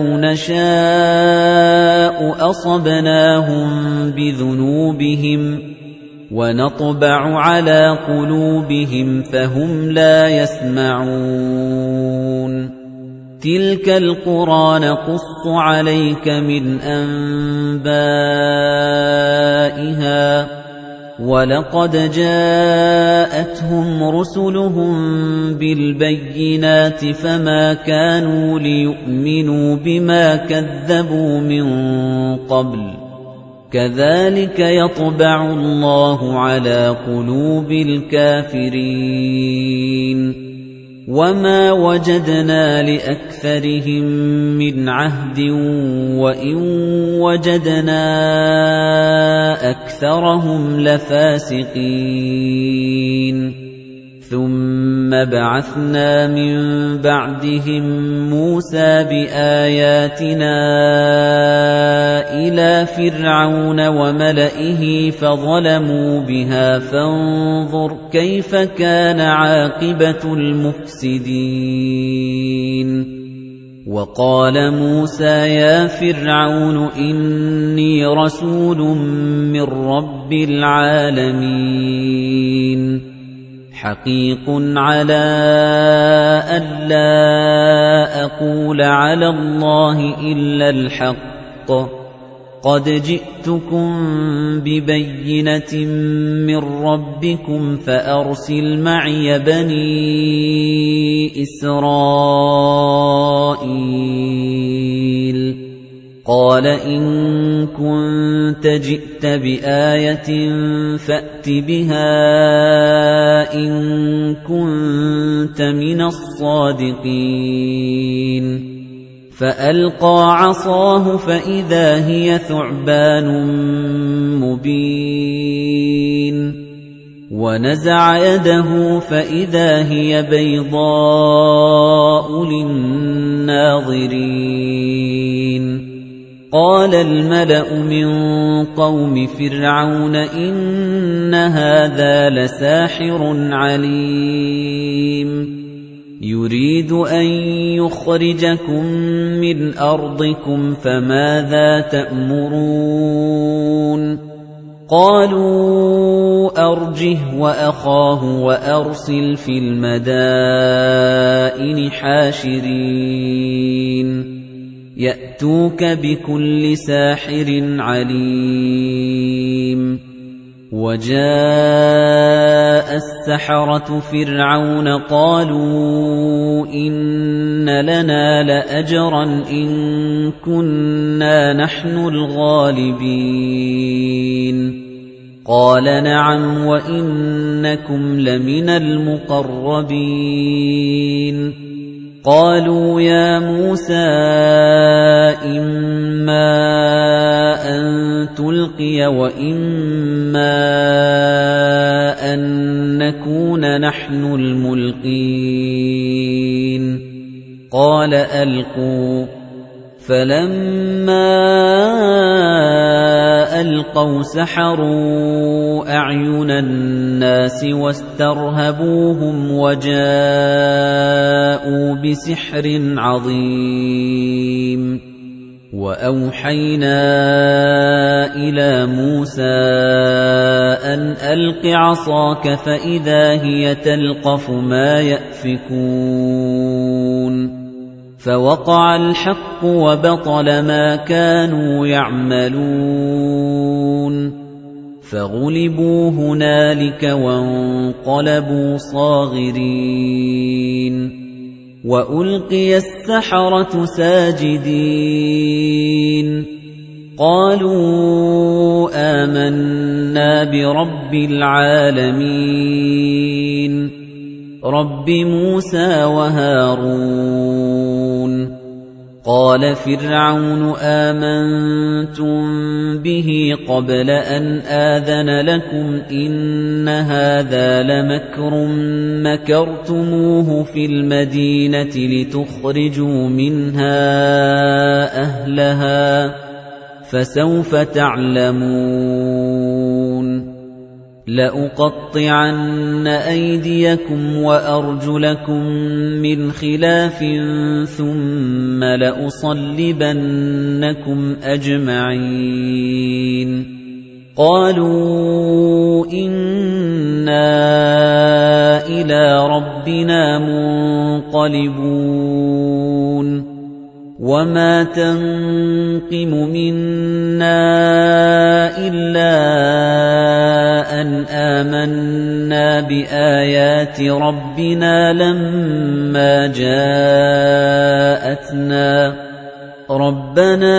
نَشَاءُ أَصَبْنَاهُم بِذُنُوبِهِمْ وَنَطْبَعُ عَلَىٰ قُلُوبِهِمْ فَهُمْ لَا يَسْمَعُونَ تِلْكَ الْقُرَىٰ نَقُصُّ عَلَيْكَ مِنْ أَنبَائِهَا وَلَقَدْ جَاءَتْهُمْ رُسُلُهُم بِالْبَيِّنَاتِ فَمَا كَانُوا لِيُؤْمِنُوا بِمَا كَذَّبُوا مِن قَبْلُ كَذَلِكَ يَطْبَعُ اللَّهُ عَلَى قُلُوبِ الْكَافِرِينَ وَمَا وَجَدْنَا لِأَكْثَرِهِم مِّنْ عَهْدٍ وَإِن وَجَدْنَا أَكْثَرَهُمْ لَفَاسِقِينَ ثُمَّ بَعَثْنَا مِن بَعْدِهِم مُوسَىٰ بِآيَاتِنَا إِلَىٰ فِرْعَوْنَ وَمَلَئِهِ فَظَلَمُوا بِهَا فَانظُرْ كَيْفَ كَانَ عَاقِبَةُ الْمُفْسِدِينَ وَقَالَ مُوسَىٰ يَا فِرْعَوْنُ إِنِّي رَسُولٌ مِّن رَّبِّ الْعَالَمِينَ حَقِيقٌ عَلَىٰ أَلَّا أَقُولَ عَلَى اللَّهِ إِلَّا الْحَقَّ قَدْ جِئْتُكُم بِبَيِّنَةٍ مِّن رَّبِّكُمْ فَأَرْسِلْ مَعِيَ بَنِي إِسْرَائِيلَ قَالَ إِن كُنتَ جِئْتَ بِآيَةٍ فَأْتِ بِهَا إِن كُنتَ مِنَ الصَّادِقِينَ فَأَلْقَىٰ عَصَاهُ فَإِذَا هِيَ ثُعْبَانٌ مُّبِينٌ وَنَزَعَ يَدَهُ فَإِذَا هِيَ بَيْضَاءُ لِلنَّاظِرِينَ قَالَ الْمَلَأُ مِن قَوْمِ فِرْعَوْنَ إِنَّ هَٰذَا لَسَاحِرٌ عَلِيمٌ يُرِيدُ أَن يُخْرِجَكُم مِّنْ أَرْضِكُمْ فَمَاذَا تَأْمُرُونَ قَالُوا أَرْجِهْ وَأَخَاهُ وَأَرْسِلْ فِي الْمَدَائِنِ حَاشِرِينَ يَأْتُوكَ بِكُلِّ سَاحِرٍ عَلِيمٍ وَجَاءَ السَّحَرَةُ فِرْعَوْنَ قَالُوا إِنَّ لَنَا لَأَجْرًا إِن كُنَّا نَحْنُ الْغَالِبِينَ قَالَ نَعَمْ وَإِنَّكُمْ لَمِنَ الْمُقَرَّبِينَ قَالُوا يَا مُوسَىٰ إِمَّا أَن تُلْقِيَ وَإِمَّا أَن نَّكُونَ نَحْنُ الْمُلْقِينَ قَالَ أَلْقُوا فَلَمَّا أَلْقَوْا سَحَرُوا أَعْيُنَ النَّاسِ وَاسْتَرْهَبُوهُمْ وَجَاءُوا بِسِحْرٍ عَظِيمٍ وَأَوْحَيْنَا إِلَىٰ مُوسَىٰ أَنْ أَلْقِ عَصَاكَ فَإِذَا هِيَ تَلْقَفُ مَا يَأْفِكُونَ فَوَقَعَ الْحَقُّ وَبَطَلَ مَا كَانُوا يَعْمَلُونَ فَغُلِبُوا هُنَالِكَ وَانقَلَبُوا صَاغِرِينَ وَأُلْقِيَ السَّحَرَةُ سَاجِدِينَ قَالُوا آمَنَّا بِرَبِّ الْعَالَمِينَ رَبِّ مُوسَىٰ وَهَارُونَ قَالَ فِرْعَوْنُ آمَنتُم بِهِ قَبْلَ أَنْ آذَنَ لَكُمْ إِنَّ هَٰذَا لَمَكْرٌ مَّكَرْتُمُوهُ فِي الْمَدِينَةِ لِتُخْرِجُوا مِنْهَا أَهْلَهَا فَسَوْفَ تَعْلَمُونَ لَأُقَطِّعَنَّ أَيْدِيَكُمْ وَأَرْجُلَكُم مِّنْ خِلَافٍ ثُمَّ لَأُصَلِّبَنَّكُمْ أَجْمَعِينَ قَالُوا إِنَّا إِلَىٰ رَبِّنَا مُنقَلِبُونَ وَمَا تَنقِمُ مِنَّا إِلَّا أَنْ آمَنَّا بِآيَاتِ رَبِّنَا لَمَّا جَاءَتْنَا رَبَّنَا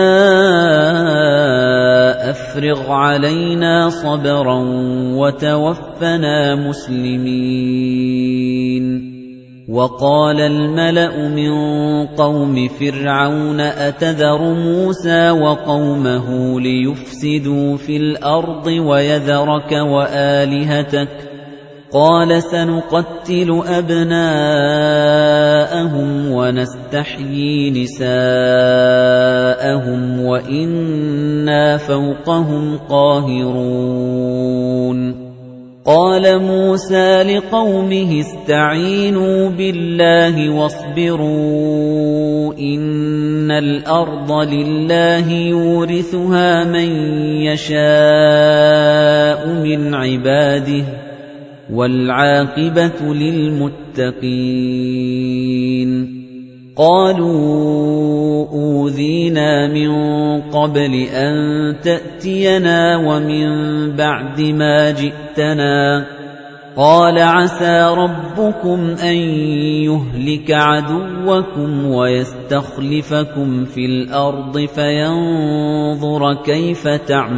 أَفْرِغْ عَلَيْنَا صَبْرًا وَتَوَفَّنَا مُسْلِمِينَ وَقَالَ الْمَلَأُ مِن قَوْمِ فِرْعَوْنَ أَتَذَرُ مُوسَى وَقَوْمَهُ لِيُفْسِدُوا فِي الْأَرْضِ وَيَذَرَكَ وَآلِهَتَكَ قَالَ سَنُقَتِّلُ أَبْنَاءَهُمْ وَنَسْتَحْيِي نِسَاءَهُمْ وَإِنَّا فَوْقَهُمْ قَاهِرُونَ قَالَ مُوسَى لِقَوْمِهِ اسْتَعِينُوا بِاللَّهِ وَاصْبِرُوا إِنَّ الْأَرْضَ لِلَّهِ يُورِثُهَا مَن يَشَاءُ مِنْ عِبَادِهِ وَالْعَاقِبَةُ لِلْمُتَّقِينَ قَالُوا أُوذِينَا مِن قَبْلِ أَن تَأْتِيَنَا وَمِن بَعْدِ مَا جِئْتَنَا قَالَ عَسَىٰ رَبُّكُمْ أَن يُهْلِكَ عَدُوَّكُمْ وَيَسْتَخْلِفَكُمْ فِي الْأَرْضِ فَيَنظُرَ كَيْفَ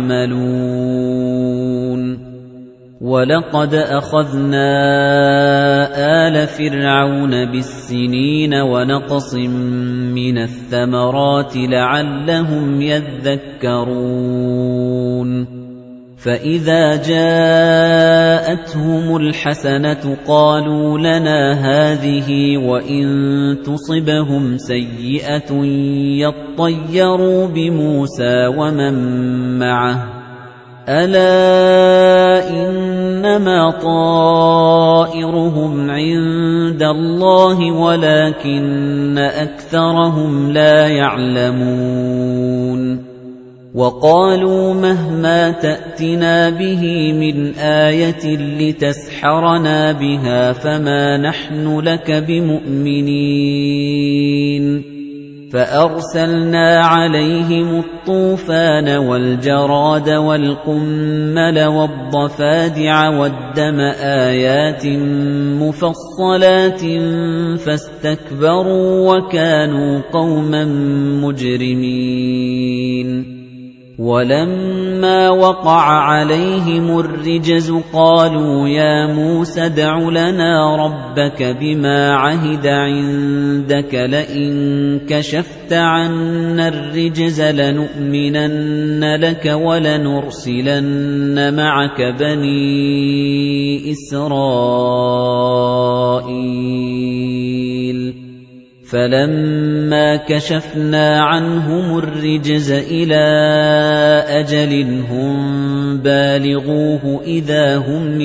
تَعْمَلُونَ وَلَقَدْ أَخَذْنَا آلَ فِرْعَوْنَ بِالسِّنِينَ وَنَقْصٍ مِّنَ الثَّمَرَاتِ لَعَلَّهُمْ يَذَّكَّرُونَ فَإِذَا جَاءَتْهُمُ الْحَسَنَةُ قَالُوا لَنَا هَٰذِهِ وَإِن تُصِبْهُمْ سَيِّئَةٌ يَطَّيَّرُوا بِمُوسَىٰ وَمَن مَّعَهُ أَلَا إِنَّمَا طَائِرُهُمْ عِندَ اللَّهِ وَلَٰكِنَّ أَكْثَرَهُمْ لَا يَعْلَمُونَ وَقَالُوا مَهْمَا تَأْتِنَا بِهِ مِنْ آيَةٍ لِتَسْحَرَنَا بِهَا فَمَا نَحْنُ لَكَ بِمُؤْمِنِينَ فَأَرْسَلْنَا عَلَيْهِمُ الطُّوفَانَ وَالْجَرَادَ وَالْقُمَّلَ وَالضَّفَادِعَ وَالدَّمَ آيَاتٍ مُفَصَّلَاتٍ فَاسْتَكْبَرُوا وَكَانُوا قَوْمًا مُجْرِمِينَ وَلَمَّا وَقَعَ عَلَيْهِمُ الرِّجْزُ قَالُوا يَا مُوسَى ادْعُ لَنَا رَبَّكَ بِمَا عَهِدَ عِندَكَ لَئِن كَشَفْتَ عَنَّا الرِّجْزَ لَنُؤْمِنَنَّ لَكَ وَلَنُرْسِلَنَّ مَعَكَ بَنِي إِسْرَائِيلَ فَلَمَّا كَشَفْنَا عَنْهُمُ الرِّجْزَ إِلَىٰ أَجَلٍ هُم بَالِغُوهُ إِذَا هُمْ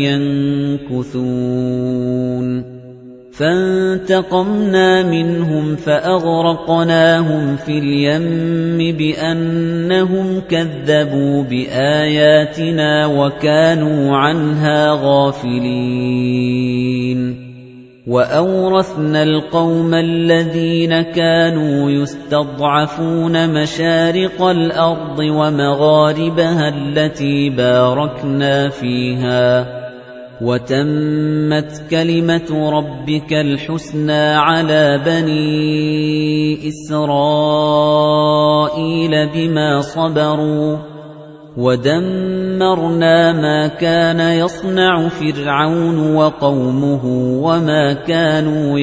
يَنكُثُونَ فَانتَقَمْنَا مِنْهُمْ فَأَغْرَقْنَاهُمْ فِي الْيَمِّ بِأَنَّهُمْ كَذَّبُوا بِآيَاتِنَا وَكَانُوا عَنْهَا غَافِلِينَ وَأَوْرَثْنَا الْقَوْمَ الَّذِينَ كَانُوا يُسْتَضْعَفُونَ مَشَارِقَ الْأَرْضِ وَمَغَارِبَهَا الَّتِي بَارَكْنَا فِيهَا وَتَمَّتْ كَلِمَةُ رَبِّكَ الْحُسْنَى عَلَى بَنِي إِسْرَائِيلَ بِمَا صَبَرُوا وَدَمَّرْنَا مَا كَانَ يَصْنَعُ فِرْعَوْنُ وَقَوْمُهُ وَمَا كَانُوا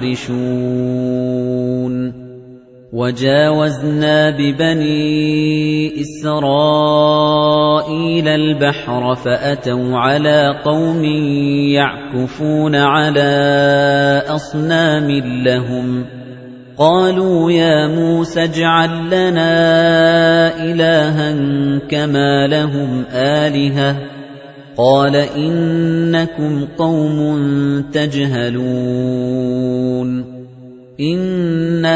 يَعْرِشُونَ وَجَاوَزْنَا بِبَنِي إِسْرَائِيلَ الْبَحْرَ فَأَتَوْا عَلَىٰ قَوْمٍ يَعْكُفُونَ عَلَىٰ أَصْنَامٍ لَّهُمْ قَالُوا يَا مُوسَى اجْعَل لَّنَا إِلَٰهًا كَمَا لَهُمْ آلِهَةٌ قَالَ إِنَّكُمْ قَوْمٌ تَجْهَلُونَ إِنَّ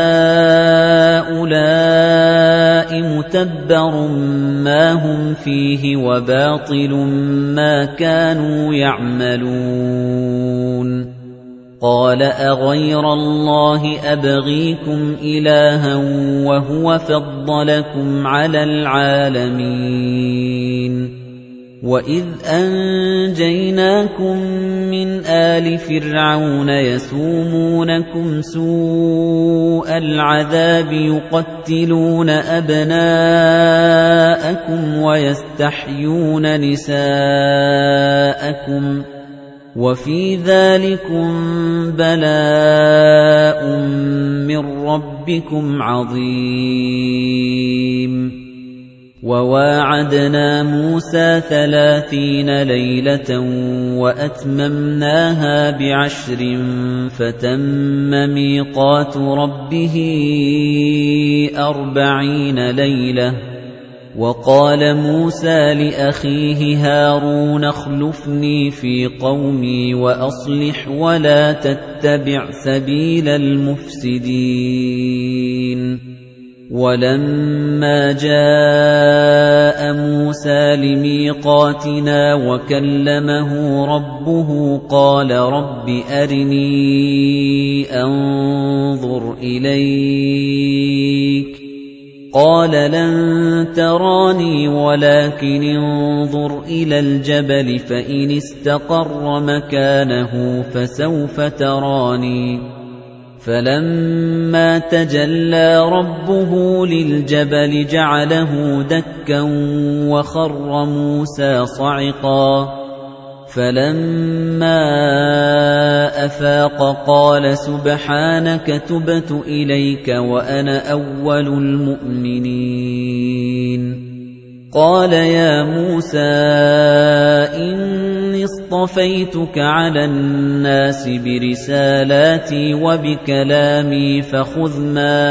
هَٰؤُلَاءِ مُتَبَّرٌ مَّا هُمْ فِيهِ وَبَاطِلٌ مَّا كَانُوا يَعْمَلُونَ قَالَ أَغَيْرَ اللَّهِ أَبْغِيكُمْ إِلَٰهًا وَهُوَ فَضَّلَكُمْ عَلَى الْعَالَمِينَ وَإِذْ أَنجَيْنَاكُم مِّنْ آلِ فِرْعَوْنَ يَسُومُونَكُمْ سُوءَ الْعَذَابِ يُقَتِّلُونَ أَبْنَاءَكُمْ وَيَسْتَحْيُونَ نِسَاءَكُمْ ۚ وَفِي ذَٰلِكُم بَلَاءٌ مِّن رَّبِّكُمْ عَظِيمٌ. وَوَاعَدْنَا مُوسَىٰ 30 لَيْلَةً وَأَتْمَمْنَاهَا ب10 فَتَمَّ مِيقَاتُ رَبِّهِ 40 لَيْلَةً. وَقَالَ مُوسَىٰ لِأَخِيهِ هَارُونَ اخْلُفْنِي فِي قَوْمِي وَأَصْلِحْ وَلَا تَتَّبِعْ سَبِيلَ الْمُفْسِدِينَ. وَلَمَّا جَاءَ مُوسَىٰ لِمِيقَاتِنَا وَكَلَّمَهُ رَبُّهُ قَالَ رَبِّ أَرِنِي أَنظُرْ إِلَيْكَ ۚ قَالَ لَن تَرَانِي وَلَٰكِنِ انظُرْ إِلَى الْجَبَلِ فَإِنِ اسْتَقَرَّ مَكَانَهُ فَسَوْفَ تَرَانِي ۚ فَلَمَّا تَجَلَّىٰ رَبُّهُ لِلْجَبَلِ جَعَلَهُ دَكًّا وَخَرَّ مُوسَىٰ صَعِقًا. فَلَمَّا أَفَاقَ قَالَ سُبْحَانَكَ تُبْتُ إِلَيْكَ وَأَنَا أَوَّلُ الْمُؤْمِنِينَ. قَالَ يَا مُوسَىٰ إِنِّي اصْطَفَيْتُكَ عَلَى النَّاسِ بِرِسَالَاتِي وَبِكَلَامِي فَخُذْ مَا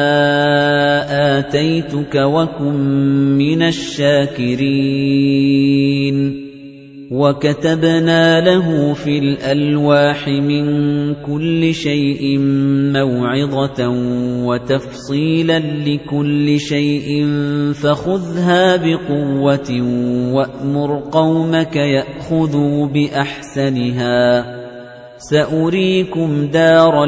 آتَيْتُكَ وَكُن مِّنَ الشَّاكِرِينَ. وَكَتَبْنَا لَهُ فِي الْأَلْوَاحِ مِن كُلِّ شَيْءٍ مَّوْعِظَةً وَتَفْصِيلًا لِّكُلِّ شَيْءٍ فَخُذْهَا بِقُوَّةٍ وَأْمُرْ قَوْمَكَ يَأْخُذُوا بِأَحْسَنِهَا ۚ سَأُرِيكُمْ دَارَ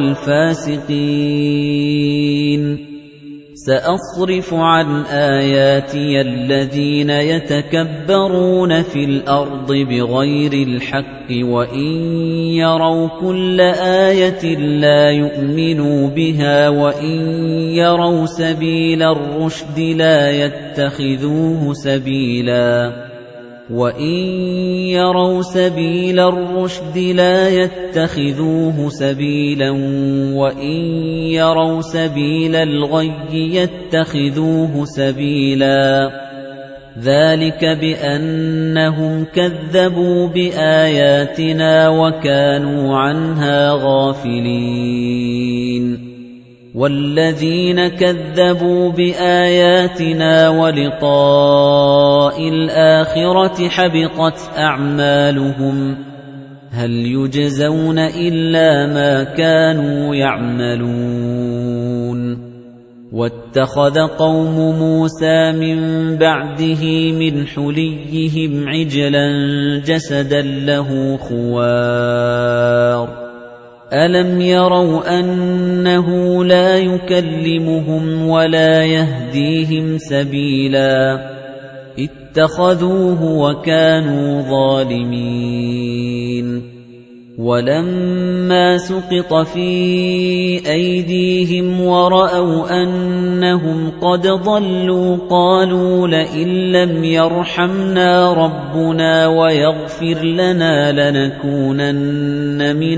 الْفَاسِقِينَ. سَأَصْرِفُ عَنْ آيَاتِيَ الَّذِينَ يَتَكَبَّرُونَ فِي الْأَرْضِ بِغَيْرِ الْحَقِّ وَإِن يَرَوْا كُلَّ آيَةٍ لَّا يُؤْمِنُوا بِهَا وَإِن يَرَوْا سَبِيلَ الرُّشْدِ لَا يَتَّخِذُوهُ سَبِيلًا وَإِن يَرَوْا سَبِيلَ الْغَيِّ يَتَّخِذُوهُ سَبِيلًا. ذَلِكَ بِأَنَّهُمْ كَذَّبُوا بِآيَاتِنَا وَكَانُوا عَنْهَا غَافِلِينَ. وَالَّذِينَ كَذَّبُوا بِآيَاتِنَا وَلِقَاءِ الْآخِرَةِ حَبِطَتْ أَعْمَالُهُمْ هَلْ يُجْزَوْنَ إِلَّا مَا كَانُوا يَعْمَلُونَ. وَاتَّخَذَ قَوْمُ مُوسَىٰ مِن بَعْدِهِ مِنْ حُلِيِّهِمْ عِجْلًا جَسَدًا لَّهُ خُوَارٌ. أَلَمْ يَرَوْا أَنَّهُ لَا يُكَلِّمُهُمْ وَلَا يَهْدِيهِمْ سَبِيلًا ۘ اتَّخَذُوهُ وَكَانُوا ظَالِمِينَ. وَلَمَّا سُقِطَ فِي أَيْدِيهِمْ وَرَأَوْا أَنَّهُمْ قَدْ ضَلُّوا قَالُوا لَئِن لَّمْ يَرْحَمْنَا رَبُّنَا وَيَغْفِرْ لَنَا لَنَكُونَنَّ مِنَ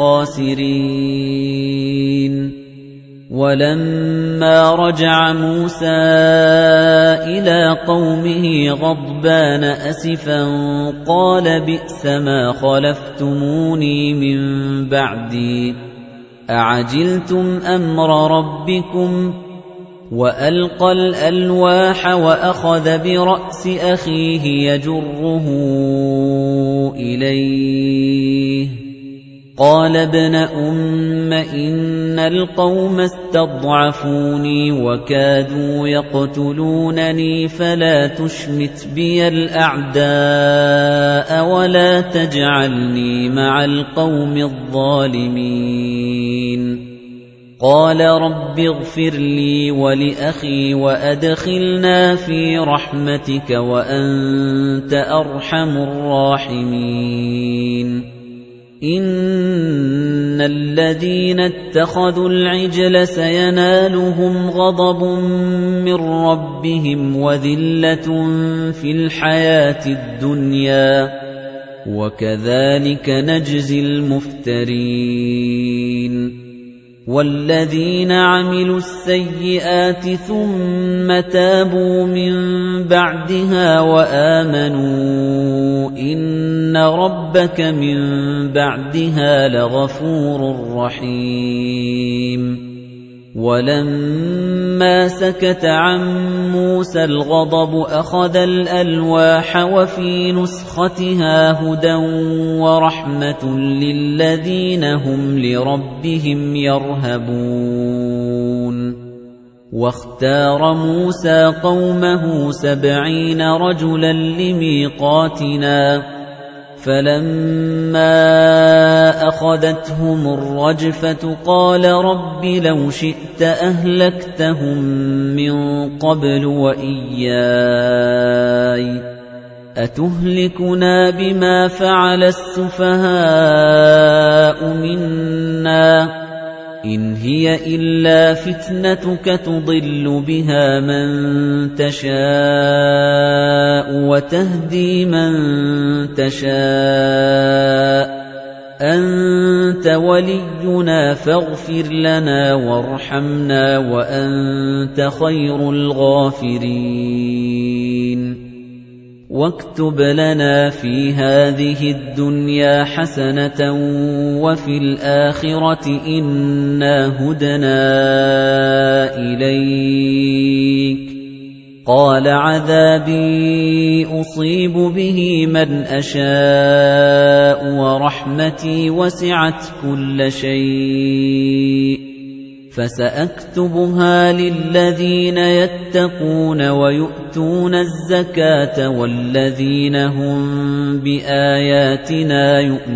الْخَاسِرِينَ. وَلَمَّا رَجَعَ مُوسَىٰ إِلَىٰ قَوْمِهِ غَضْبَانَ أَسِفًا قَالَ بِئْسَ مَا خَلَفْتُمُونِي مِن بَعْدِي أَعَجِلْتُمْ أَمْرَ رَبِّكُمْ. وَأَلْقَى الْأَلْوَاحَ وَأَخَذَ بِرَأْسِ أَخِيهِ يَجُرُّهُ إِلَيْهِ قَالَ ابْنَ أُمَّ إِنَّ الْقَوْمَ اسْتَضْعَفُونِي وَكَادُوا يَقْتُلُونَنِي فَلَا تُشْمِتْ بِيَ الْأَعْدَاءَ وَلَا تَجْعَلْنِي مَعَ الْقَوْمِ الظَّالِمِينَ. قَالَ رَبِّ اغْفِرْ لِي وَلِأَخِي وَأَدْخِلْنَا فِي رَحْمَتِكَ وَأَنْتَ أَرْحَمُ الرَّاحِمِينَ إِنَّ الَّذِينَ اتَّخَذُوا الْعِجْلَ سَيَنَالُهُمْ غَضَبٌ مِّن رَّبِّهِمْ وَذِلَّةٌ فِي الْحَيَاةِ الدُّنْيَا ۚ وَكَذَٰلِكَ نَجْزِي الْمُفْتَرِينَ وَالَّذِينَ عَمِلُوا السَّيِّئَاتِ ثُمَّ تَابُوا مِن بَعْدِهَا وَآمَنُوا إِنَّ رَبَّكَ مِن بَعْدِهَا لَغَفُورٌ رَّحِيمٌ وَلَمَّا سَكَتَ عَن مُّوسَى الْغَضَبُ أَخَذَ الْأَلْوَاحَ وَفِي نُسْخَتِهَا هُدًى وَرَحْمَةٌ لِّلَّذِينَ هُمْ لِرَبِّهِمْ يَرْهَبُونَ وَاخْتَارَ مُوسَىٰ قَوْمَهُ 70 رَجُلًا لِّمِيقَاتِنَا فَلَمَّا أَخَذَتْهُمُ الرَّجْفَةُ قَالَ رَبِّ لَوْ شِئْتَ أَهْلَكْتَهُم مِّن قَبْلُ وَإِيَّايَ أَتُهْلِكُنَا بِمَا فَعَلَ السُّفَهَاءُ مِنَّا ۖ إِنْ هِيَ إِلَّا فِتْنَتُكَ تُضِلُّ بِهَا مَن تَشَاءُ وَتَهْدِي مَن تَشَاءُ ۖ أَنتَ وَلِيُّنَا فَاغْفِرْ لَنَا وَارْحَمْنَا وَأَنتَ خَيْرُ الْغَافِرِينَ وَاكْتُبْ لَنَا فِي هَٰذِهِ الدُّنْيَا حَسَنَةً وَفِي الْآخِرَةِ إِنَّا هُدْنَا إِلَيْكَ ۚ قَالَ عَذَابِي أُصِيبُ بِهِ مَنْ أَشَاءُ وَرَحْمَتِي وَسِعَتْ كُلَّ شَيْءٍ فَسَأَكْتُبُهَا لِلَّذِينَ يَتَّقُونَ وَيُؤْتُونَ الزَّكَاةَ وَالَّذِينَ هُم بِآيَاتِنَا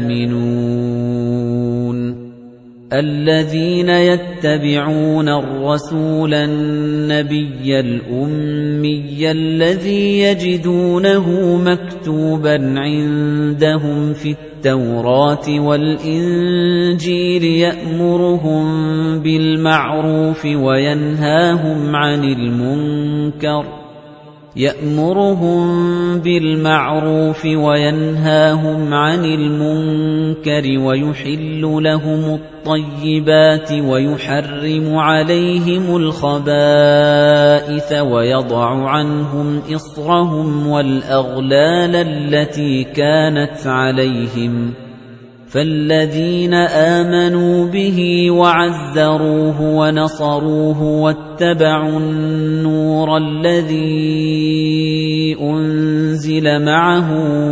يُؤْمِنُونَ الَّذِينَ يَتَّبِعُونَ الرَّسُولَ النَّبِيَّ الْأُمِّيَّ الَّذِي يَجِدُونَهُ مَكْتُوبًا عِندَهُمْ فِي التَّوْرَاةِ وَالْإِنجِيلِ يَأْمُرُهُم بِالْمَعْرُوفِ وَيَنْهَاهُمْ عَنِ الْمُنكَرِ وَيُحِلُّ لَهُمُ الطَّيِّبَاتِ وَيُحَرِّمُ عَلَيْهِمُ الْخَبَائِثَ وَيَضَعُ عَنْهُمْ إِصْرَهُمْ وَالْأَغْلَالَ الَّتِي كَانَتْ عَلَيْهِمْ فَالَّذِينَ آمَنُوا بِهِ وَعَزَّرُوهُ وَنَصَرُوهُ وَاتَّبَعُوا النُّورَ الَّذِي أُنزِلَ مَعَهُ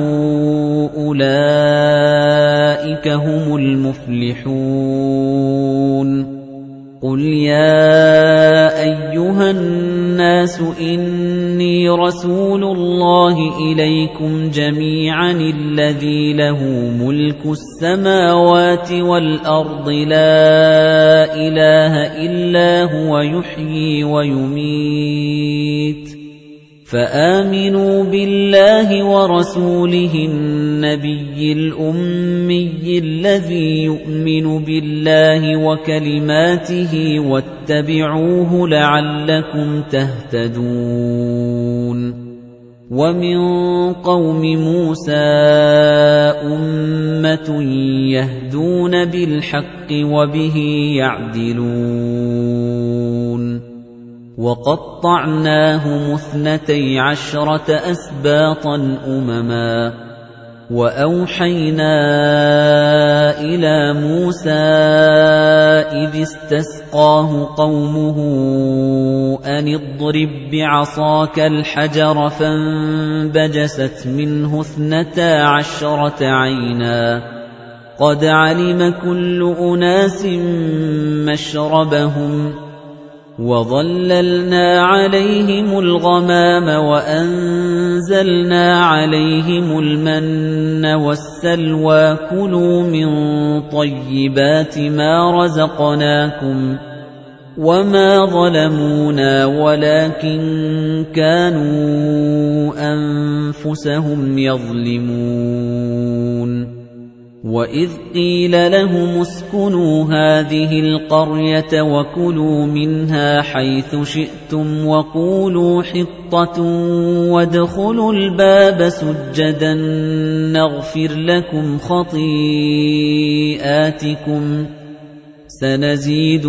أُولَٰئِكَ هُمُ الْمُفْلِحُونَ قُلْ يَا أَيُّهَا النَّاسُ إِنِّي رَسُولُ اللَّهِ إِلَيْكُمْ جَمِيعًا الَّذِي لَهُ مُلْكُ السَّمَاوَاتِ وَالْأَرْضِ لَا إِلَٰهَ إِلَّا هُوَ يُحْيِي وَيُمِيتُ فَآمِنُوا بِاللَّهِ وَرَسُولِهِ النَّبِيِّ الْأُمِّيِّ الَّذِي يُؤْمِنُ بِاللَّهِ وَكَلِمَاتِهِ وَاتَّبِعُوهُ لَعَلَّكُمْ تَهْتَدُونَ وَمِن قَوْمِ مُوسَىٰ أُمَّةٌ يَهْدُونَ بِالْحَقِّ وَبِهِ يَعْدِلُونَ وَقَطَّعْنَاهُمُ 12 أَسْبَاطًا أُمَمًا وَأَوْحَيْنَا إِلَىٰ مُوسَىٰ إِذِ اسْتَسْقَاهُ قَوْمُهُ أَنِ اضْرِب بِّعَصَاكَ الْحَجَرَ فَانبَجَسَتْ مِنْهُ 12 عَيْنًا قَدْ عَلِمَ كُلُّ أُنَاسٍ مَّشْرَبَهُمْ وَظَلَّلْنَا عَلَيْهِمُ الْغَمَامَ وَأَنزَلْنَا عَلَيْهِمُ الْمَنَّ وَالسَّلْوَىٰ كُلُوا مِن طَيِّبَاتِ مَا رَزَقْنَاكُمْ وَمَا ظَلَمُونَا وَلَكِن كَانُوا أَنفُسَهُمْ يَظْلِمُونَ وَإِذْ قِيلَ لَهُمُ اسْكُنُوا هَٰذِهِ الْقَرْيَةَ وَكُلُوا مِنْهَا حَيْثُ شِئْتُمْ وَقُولُوا حِطَّةٌ وَادْخُلُوا الْبَابَ سُجَّدًا نَّغْفِرْ لَكُمْ خَطِيئَاتِكُمْ سَنَزِيدُ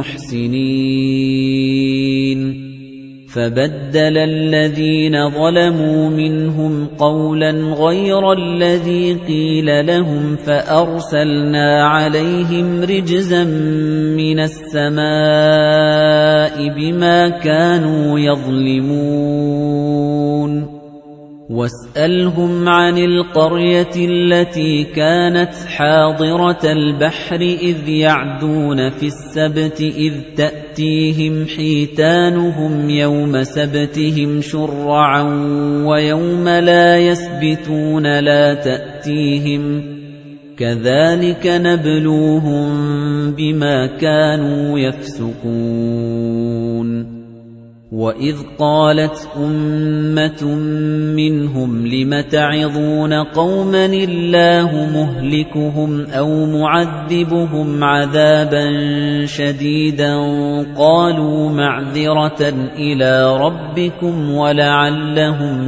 الْمُحْسِنِينَ فَبَدَّلَ الَّذِينَ ظَلَمُوا مِنْهُمْ قَوْلًا غَيْرَ الَّذِي قِيلَ لَهُمْ فَأَرْسَلْنَا عَلَيْهِمْ رِجْزًا مِّنَ السَّمَاءِ بِمَا كَانُوا يَظْلِمُونَ وَاسْأَلْهُمْ عَنِ الْقَرْيَةِ الَّتِي كَانَتْ حَاضِرَةَ الْبَحْرِ إِذْ يَعْدُونَ فِي السَّبْتِ إِذْ تَأْتِيهِمْ حِيتَانُهُمْ يَوْمَ سَبْتِهِمْ شُرَّعًا وَيَوْمَ لَا يَسْبِتُونَ لَا تَأْتِيهِمْ كَذَلِكَ نَبْلُوهُم بِمَا كَانُوا يَفْسُقُونَ وَإِذْ قَالَتْ أُمَّةٌ مِّنْهُمْ لِمَ تَعِظُونَ قَوْمًا اللَّهُ مُهْلِكُهُمْ أَوْ مُعَذِّبُهُمْ عَذَابًا شَدِيدًا قَالُوا مَعْذِرَةً إِلَىٰ رَبِّكُمْ وَلَعَلَّهُمْ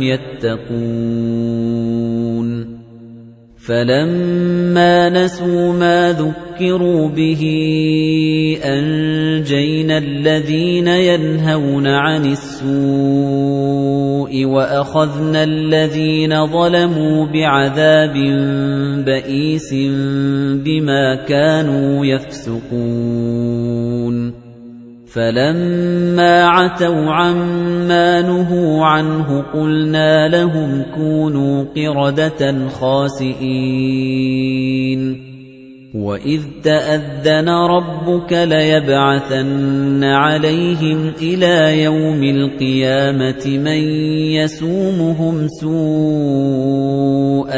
يَتَّقُونَ فَلَمَّا نَسُوا مَا ذُكِّرُوا بِهِ أَنجَيْنَا الَّذِينَ يَنْهَوْنَ عَنِ السُّوءِ وَأَخَذْنَا الَّذِينَ ظَلَمُوا بِعَذَابٍ بَئِيسٍ بِمَا كَانُوا يَفْسُقُونَ فَلَمَّا عَتَوْا عَمَّا نُهُوا عَنْهُ قُلْنَا لَهُمْ كُونُوا قِرَدَةً خَاسِئِينَ وَإِذْ تَأَذَّنَ رَبُّكَ لَيَبْعَثَنَّ عَلَيْهِمْ إِلَى يَوْمِ الْقِيَامَةِ مَن يَسُومُهُمْ سُوءَ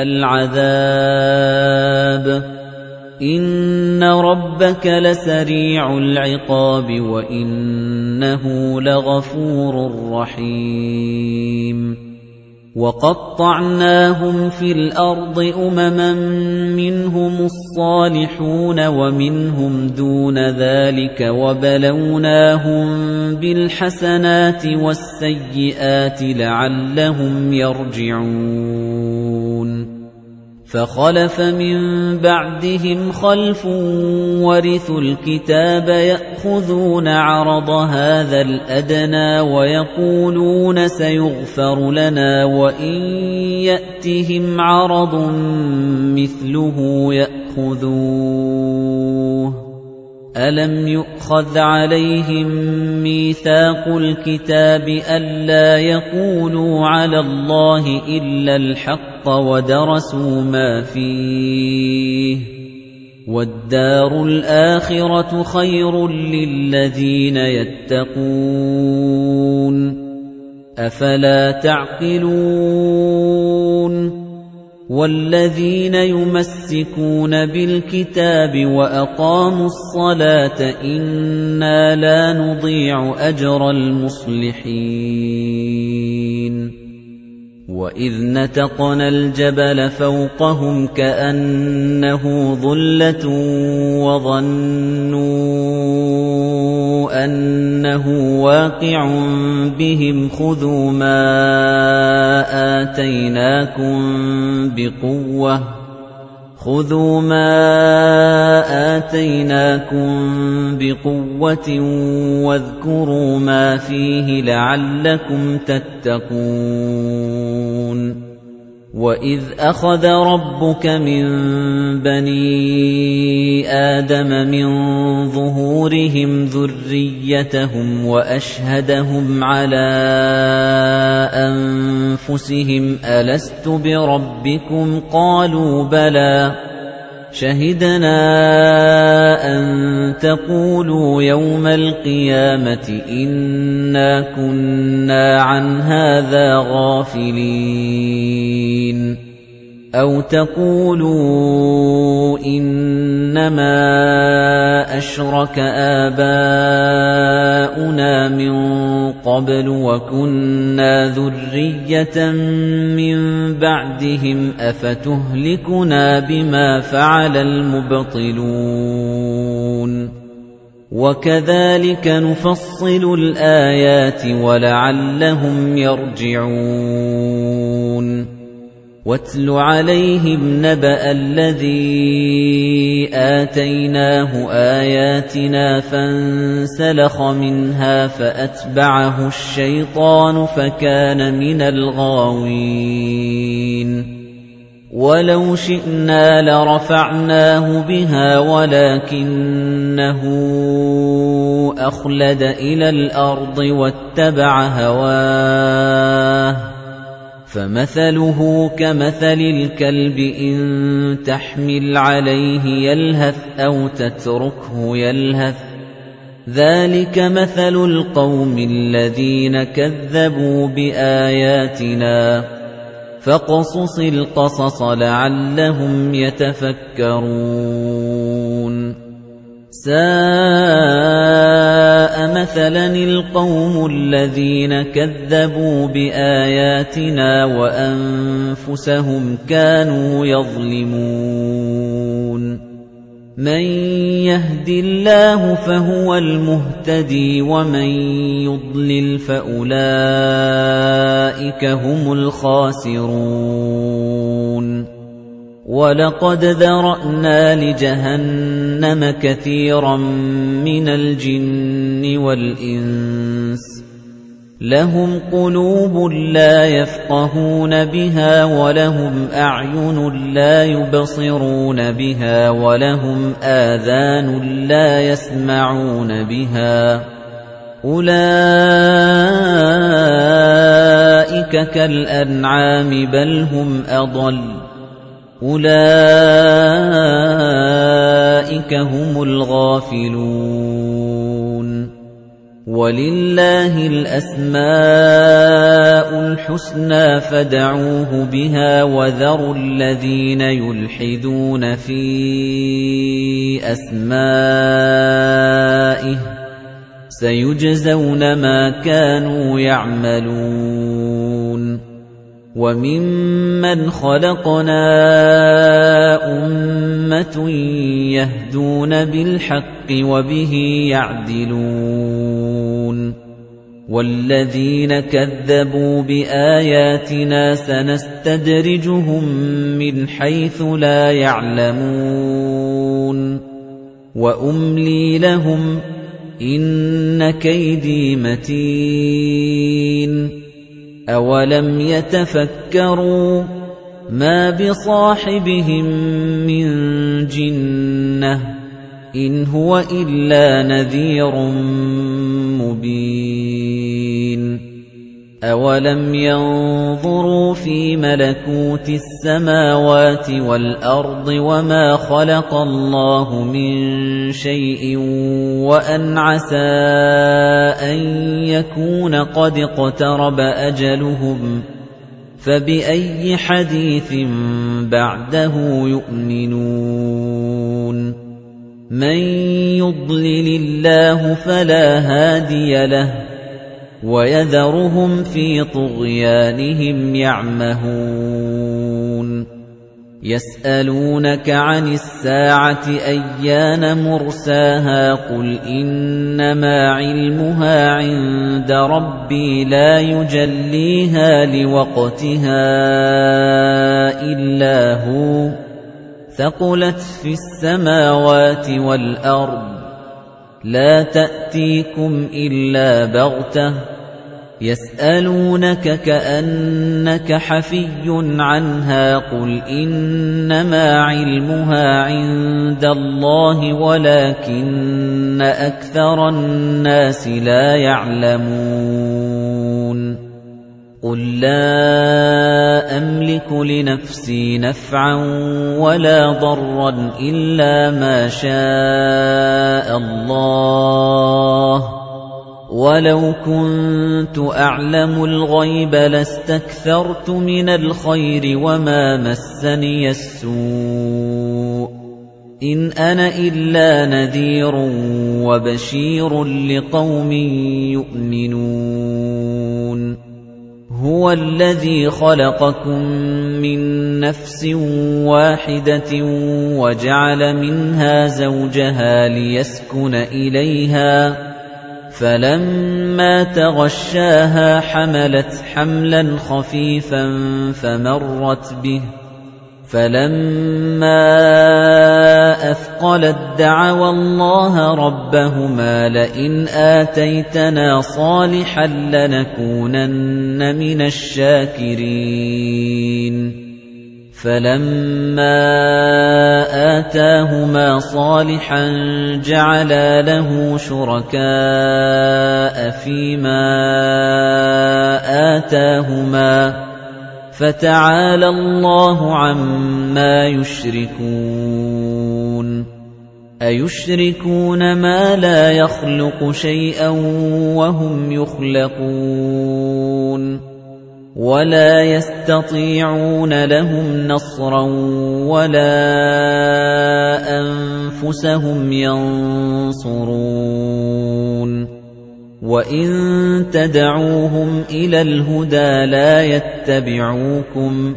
الْعَذَابِ إِنَّ رَبَّكَ لَسَرِيعُ الْعِقَابِ وَإِنَّهُ لَغَفُورٌ رَّحِيمٌ وَقَطَّعْنَاهُمْ فِي الْأَرْضِ أُمَمًا مِّنْهُمُ الصَّالِحُونَ وَمِنْهُمْ دُونَ ذَلِكَ وَبَلَوْنَاهُم بِالْحَسَنَاتِ وَالسَّيِّئَاتِ لَعَلَّهُمْ يَرْجِعُونَ فَخَلَفَ مِن بَعْدِهِمْ خَلْفٌ وَرِثُوا الْكِتَابَ يَأْخُذُونَ عَرَضَ هَٰذَا الْأَدْنَىٰ وَيَقُولُونَ سَيُغْفَرُ لَنَا وَإِن يَأْتِهِمْ عَرَضٌ مِّثْلُهُ يَأْخُذُوهُ أَلَمْ يُؤْخَذْ عَلَيْهِم مِّيثَاقُ الْكِتَابِ أَلَّا يَقُولُوا عَلَى اللَّهِ إِلَّا الْحَقَّ وَدَرَسُوا مَا فِيهِ وَالدَّارُ الْآخِرَةُ خَيْرٌ لِّلَّذِينَ يَتَّقُونَ أَفَلَا تَعْقِلُونَ وَالَّذِينَ يُمَسِّكُونَ بِالْكِتَابِ وَأَقَامُوا الصَّلَاةَ إِنَّا لَا نُضِيعُ أَجْرَ الْمُصْلِحِينَ وَإِذْ نَتَقْنَا الْجَبَلَ فَوْقَهُمْ كَأَنَّهُ ظُلَّةٌ وَظَنُّوا أَنَّهُ واقع بهم خذوا ما آتيناكم بقوة واذكروا ما فيه لعلكم تتقون وَإِذْ أَخَذَ رَبُّكَ مِن بَنِي آدَمَ مِن ظُهُورِهِمْ ذُرِّيَّتَهُمْ وَأَشْهَدَهُمْ عَلَىٰ أَنفُسِهِمْ أَلَسْتُ بِرَبِّكُمْ قَالُوا بَلَىٰ شَهِدْنَا أَن تَقُولُوا يَوْمَ الْقِيَامَةِ إِنَّا كُنَّا عَنْ هَٰذَا غَافِلِينَ أَوْ تَقُولُوا إِنَّمَا أَشْرَكَ آبَاؤُنَا مِن قَبْلُ وَكُنَّا ذُرِّيَّةً مِّن بَعْدِهِمْ أَفَتُهْلِكُنَا بِمَا فَعَلَ الْمُبْطِلُونَ وَكَذَلِكَ نُفَصِّلُ الْآيَاتِ وَلَعَلَّهُمْ يَرْجِعُونَ وَاتْلُ عَلَيْهِمْ نَبَأَ الَّذِي آتَيْنَاهُ آيَاتِنَا فَانسَلَخَ مِنْهَا فَأَتْبَعَهُ الشَّيْطَانُ فَكَانَ مِنَ الْغَاوِينَ وَلَوْ شِئْنَا لَرَفَعْنَاهُ بِهَا وَلَكِنَّهُ أَخْلَدَ إِلَى الْأَرْضِ وَاتَّبَعَ هَوَاهُ فَمَثَلُهُ كَمَثَلِ الْكَلْبِ إِن تَحْمِلْ عَلَيْهِ يَلْهَثْ أَوْ تَتْرُكْهُ يَلْهَث ۚ ذَلِكَ مَثَلُ الْقَوْمِ الَّذِينَ كَذَّبُوا بِآيَاتِنَا ۚ فَاقْصُصِ الْقَصَصَ لَعَلَّهُمْ يَتَفَكَّرُونَ سَاءَ مَثَلًا الْقَوْمُ الَّذِينَ كَذَّبُوا بِآيَاتِنَا وَأَنفُسَهُمْ كَانُوا يَظْلِمُونَ مَن يَهْدِ اللَّهُ فَهُوَ الْمُهْتَدِي وَمَن يُضْلِلْ فَأُولَٰئِكَ هُمُ الْخَاسِرُونَ وَلَقَدْ ذَرَأْنَا لِجَهَنَّمَ كَثِيرًا مِنَ الْجِنِّ وَالْإِنسِ لَهُمْ قُلُوبٌ لَّا يَفْقَهُونَ بِهَا وَلَهُمْ أَعْيُنٌ لَّا يُبْصِرُونَ بِهَا وَلَهُمْ آذَانٌ لَّا يَسْمَعُونَ بِهَا أُولَٰئِكَ كَالْأَنْعَامِ بَلْ هُمْ أَضَلُّ أُولَٰئِكَ هُمُ الْغَافِلُونَ وَلِلَّهِ الْأَسْمَاءُ الْحُسْنَىٰ فَادْعُوهُ بِهَا وَذَرُوا الَّذِينَ يُلْحِدُونَ فِي أَسْمَائِهِ ۚ سَيُجْزَوْنَ مَا كَانُوا يَعْمَلُونَ وَمِمَّنْ خَلَقْنَا أُمَّةٌ يَهْدُونَ بِالْحَقِّ وَبِهِ يَعْدِلُونَ وَالَّذِينَ كَذَّبُوا بِآيَاتِنَا سَنَسْتَدْرِجُهُم مِّنْ حَيْثُ لَا يَعْلَمُونَ وَأُمْلِي لَهُمْ إِنَّ كَيْدِي مَتِينٌ أَوَلَمْ يَتَفَكَّرُوا مَا بِصَاحِبِهِم مِّن جِنَّةٍ إِنْ هُوَ إِلَّا نَذِيرٌ مُّبِينٌ أَوَلَمْ يَنظُرُوا فِي مَلَكُوتِ السَّمَاوَاتِ وَالْأَرْضِ وَمَا خَلَقَ اللَّهُ مِن شَيْءٍ وَأَنْ عَسَىٰ أَن يَكُونَ قَدِ اقْتَرَبَ أَجَلُهُمْ فَبِأَيِّ حَدِيثٍ بَعْدَهُ يُؤْمِنُونَ مَن يُضْلِلِ اللَّهُ فَلَا هَادِيَ لَهُ وَيَذَرُهُمْ فِي طُغْيَانِهِمْ يَعْمَهُونَ يَسْأَلُونَكَ عَنِ السَّاعَةِ أَيَّانَ مُرْسَاهَا قُلْ إِنَّمَا عِلْمُهَا عِندَ رَبِّي لَا يُجَلِّيهَا لِوَقْتِهَا إِلَّا هُوَ ثَقُلَتْ فِي السَّمَاوَاتِ وَالْأَرْضِ لَا تَأْتِيكُمْ إِلَّا بَغْتَةً يَسْأَلُونَكَ كَأَنَّكَ حَفِيٌّ عَنْهَا قُلْ إِنَّمَا عِلْمُهَا عِندَ اللَّهِ وَلَكِنَّ أَكْثَرَ النَّاسِ لَا يَعْلَمُونَ قُل لَّا أَمْلِكُ لِنَفْسِي نَفْعًا وَلَا ضَرًّا إِلَّا مَا شَاءَ اللَّهُ وَلَوْ كُنتُ أَعْلَمُ الْغَيْبَ لَاسْتَكْثَرْتُ مِنَ الْخَيْرِ وَمَا مَسَّنِيَ السُّوءُ إِنْ أَنَا إِلَّا نَذِيرٌ وَبَشِيرٌ لِقَوْمٍ يُؤْمِنُونَ هُوَ الَّذِي خَلَقَكُم مِّن نَّفْسٍ وَاحِدَةٍ وَجَعَلَ مِنْهَا زَوْجَهَا لِيَسْكُنَ إِلَيْهَا فَلَمَّا تَغَشَّاهَا حَمَلَتْ حَمْلًا خَفِيفًا فَمَرَّتْ بِهِ فَلَمَّا أَثْقَلَت دَّعَوَا اللَّهَ رَبَّهُمَا لَئِنْ آتَيْتَنَا صَالِحًا لَّنَكُونَنَّ مِنَ الشَّاكِرِينَ فَلَمَّا آتَاهُمَا صَالِحًا جَعَلَا لَهُ شُرَكَاءَ فِيمَا آتَاهُمَا فَتَعَالَى اللَّهُ عَمَّا يُشْرِكُونَ أَيُشْرِكُونَ مَا لَا يَخْلُقُ شَيْئًا وَهُمْ يُخْلَقُونَ وَلَا يَسْتَطِيعُونَ لَهُمْ نَصْرًا وَلَا أَنفُسَهُمْ يَنصُرُونَ وَإِن تَدْعُوهُمْ إِلَى الْهُدَىٰ لَا يَتَّبِعُوكُمْ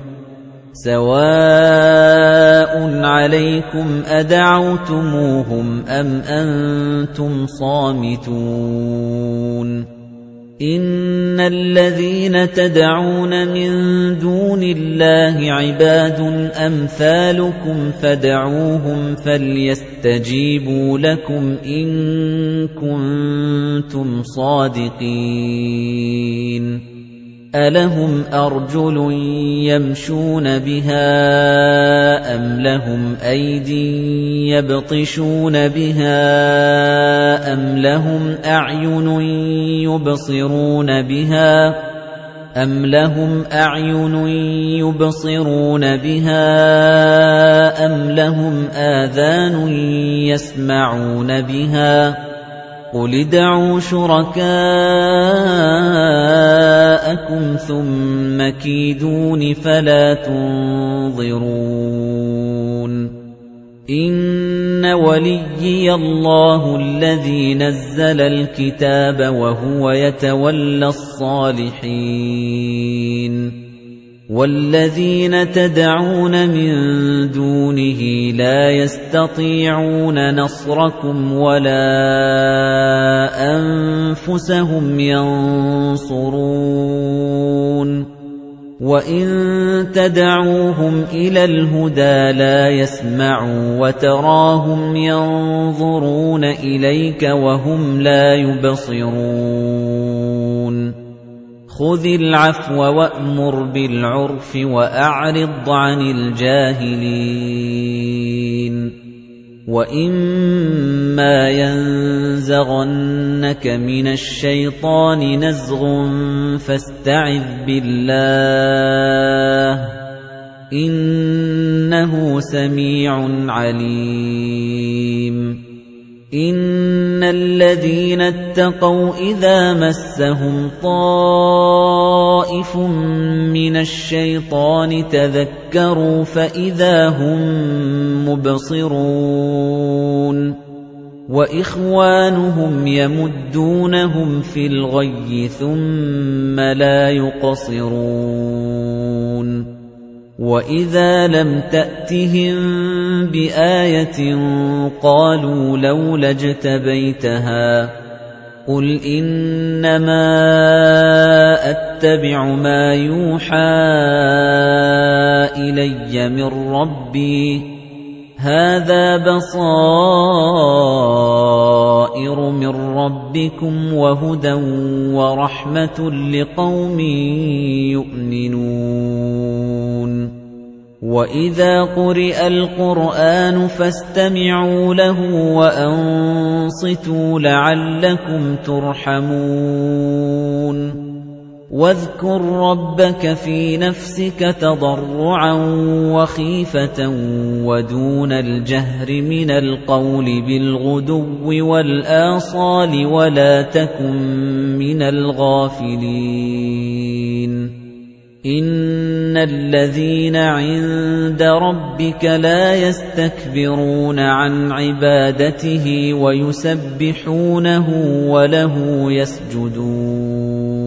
سَوَاءٌ عَلَيْكُمْ أَدَعَوْتُمُوهُمْ أَمْ أَنتُمْ صَامِتُونَ إِنَّ الَّذِينَ تَدْعُونَ مِن دُونِ اللَّهِ عِبَادٌ أَمْثَالُكُمْ فَادْعُوهُمْ فَلْيَسْتَجِيبُوا لَكُمْ إِن كُنتُمْ صَادِقِينَ أَلَهُمْ أَرْجُلٌ يَمْشُونَ بِهَا أَمْ لَهُمْ أَيْدٍ يَبْطِشُونَ بِهَا أَمْ لَهُمْ أَعْيُنٌ يُبْصِرُونَ بِهَا أَمْ لَهُمْ آذَانٌ يَسْمَعُونَ بِهَا قُلِ ادْعُوا شُرَكَاءَكُمْ ثُمَّ كِيدُونِ فَلَا تُنظِرُونِ إِنَّ وَلِيِّيَ اللَّهُ الَّذِي نَزَّلَ الْكِتَابَ وَهُوَ يَتَوَلَّى الصَّالِحِينَ وَالَّذِينَ تَدْعُونَ مِن دُونِهِ لَا يَسْتَطِيعُونَ نَصْرَكُمْ وَلَا أَنفُسَهُمْ يَنصُرُونَ وَإِن تَدْعُوهُمْ إِلَى الْهُدَىٰ لَا يَسْمَعُوا وَتَرَاهُمْ يَنظُرُونَ إِلَيْكَ وَهُمْ لَا يُبْصِرُونَ خُذِ الْعَفْوَ وَأْمُرْ بِالْعُرْفِ وَأَعْرِضْ عَنِ الْجَاهِلِينَ وَإِمَّا يَنزَغَنَّكَ مِنَ الشَّيْطَانِ نَزْغٌ فَاسْتَعِذْ بِاللَّهِ إِنَّهُ سَمِيعٌ عَلِيمٌ إِنَّ الَّذِينَ اتَّقَوْا إِذَا مَسَّهُمْ طَائِفٌ مِّنَ الشَّيْطَانِ تَذَكَّرُوا فَإِذَا هُم مُّبْصِرُونَ وَإِخْوَانُهُمْ يَمُدُّونَهُمْ فِي الْغَيِّ ثُمَّ لَا يُقْصِرُونَ وَإِذَا لَمْ تَأْتِهِم بِآيَةٍ قَالُوا لَوْلَا اجْتَبَيْتَهَا قُلْ إِنَّمَا أَتَّبِعُ مَا يُوحَىٰ إِلَيَّ مِن رَّبِّي هَٰذَا بَصَائِرُ مِن رَّبِّكُمْ وَهُدًى وَرَحْمَةٌ لِّقَوْمٍ يُؤْمِنُونَ وَإِذَا قُرِئَ الْقُرْآنُ فَاسْتَمِعُوا لَهُ وَأَنصِتُوا لَعَلَّكُمْ تُرْحَمُونَ وَاذْكُر رَّبَّكَ فِي نَفْسِكَ تَضَرُّعًا وَخِيفَةً وَدُونَ الْجَهْرِ مِنَ الْقَوْلِ بِالْغُدُوِّ وَالْآصَالِ وَلَا تَكُن مِّنَ الْغَافِلِينَ إِنَّ الَّذِينَ عِندَ رَبِّكَ لَا يَسْتَكْبِرُونَ عَنْ عِبَادَتِهِ وَيُسَبِّحُونَهُ وَلَهُ يَسْجُدُونَ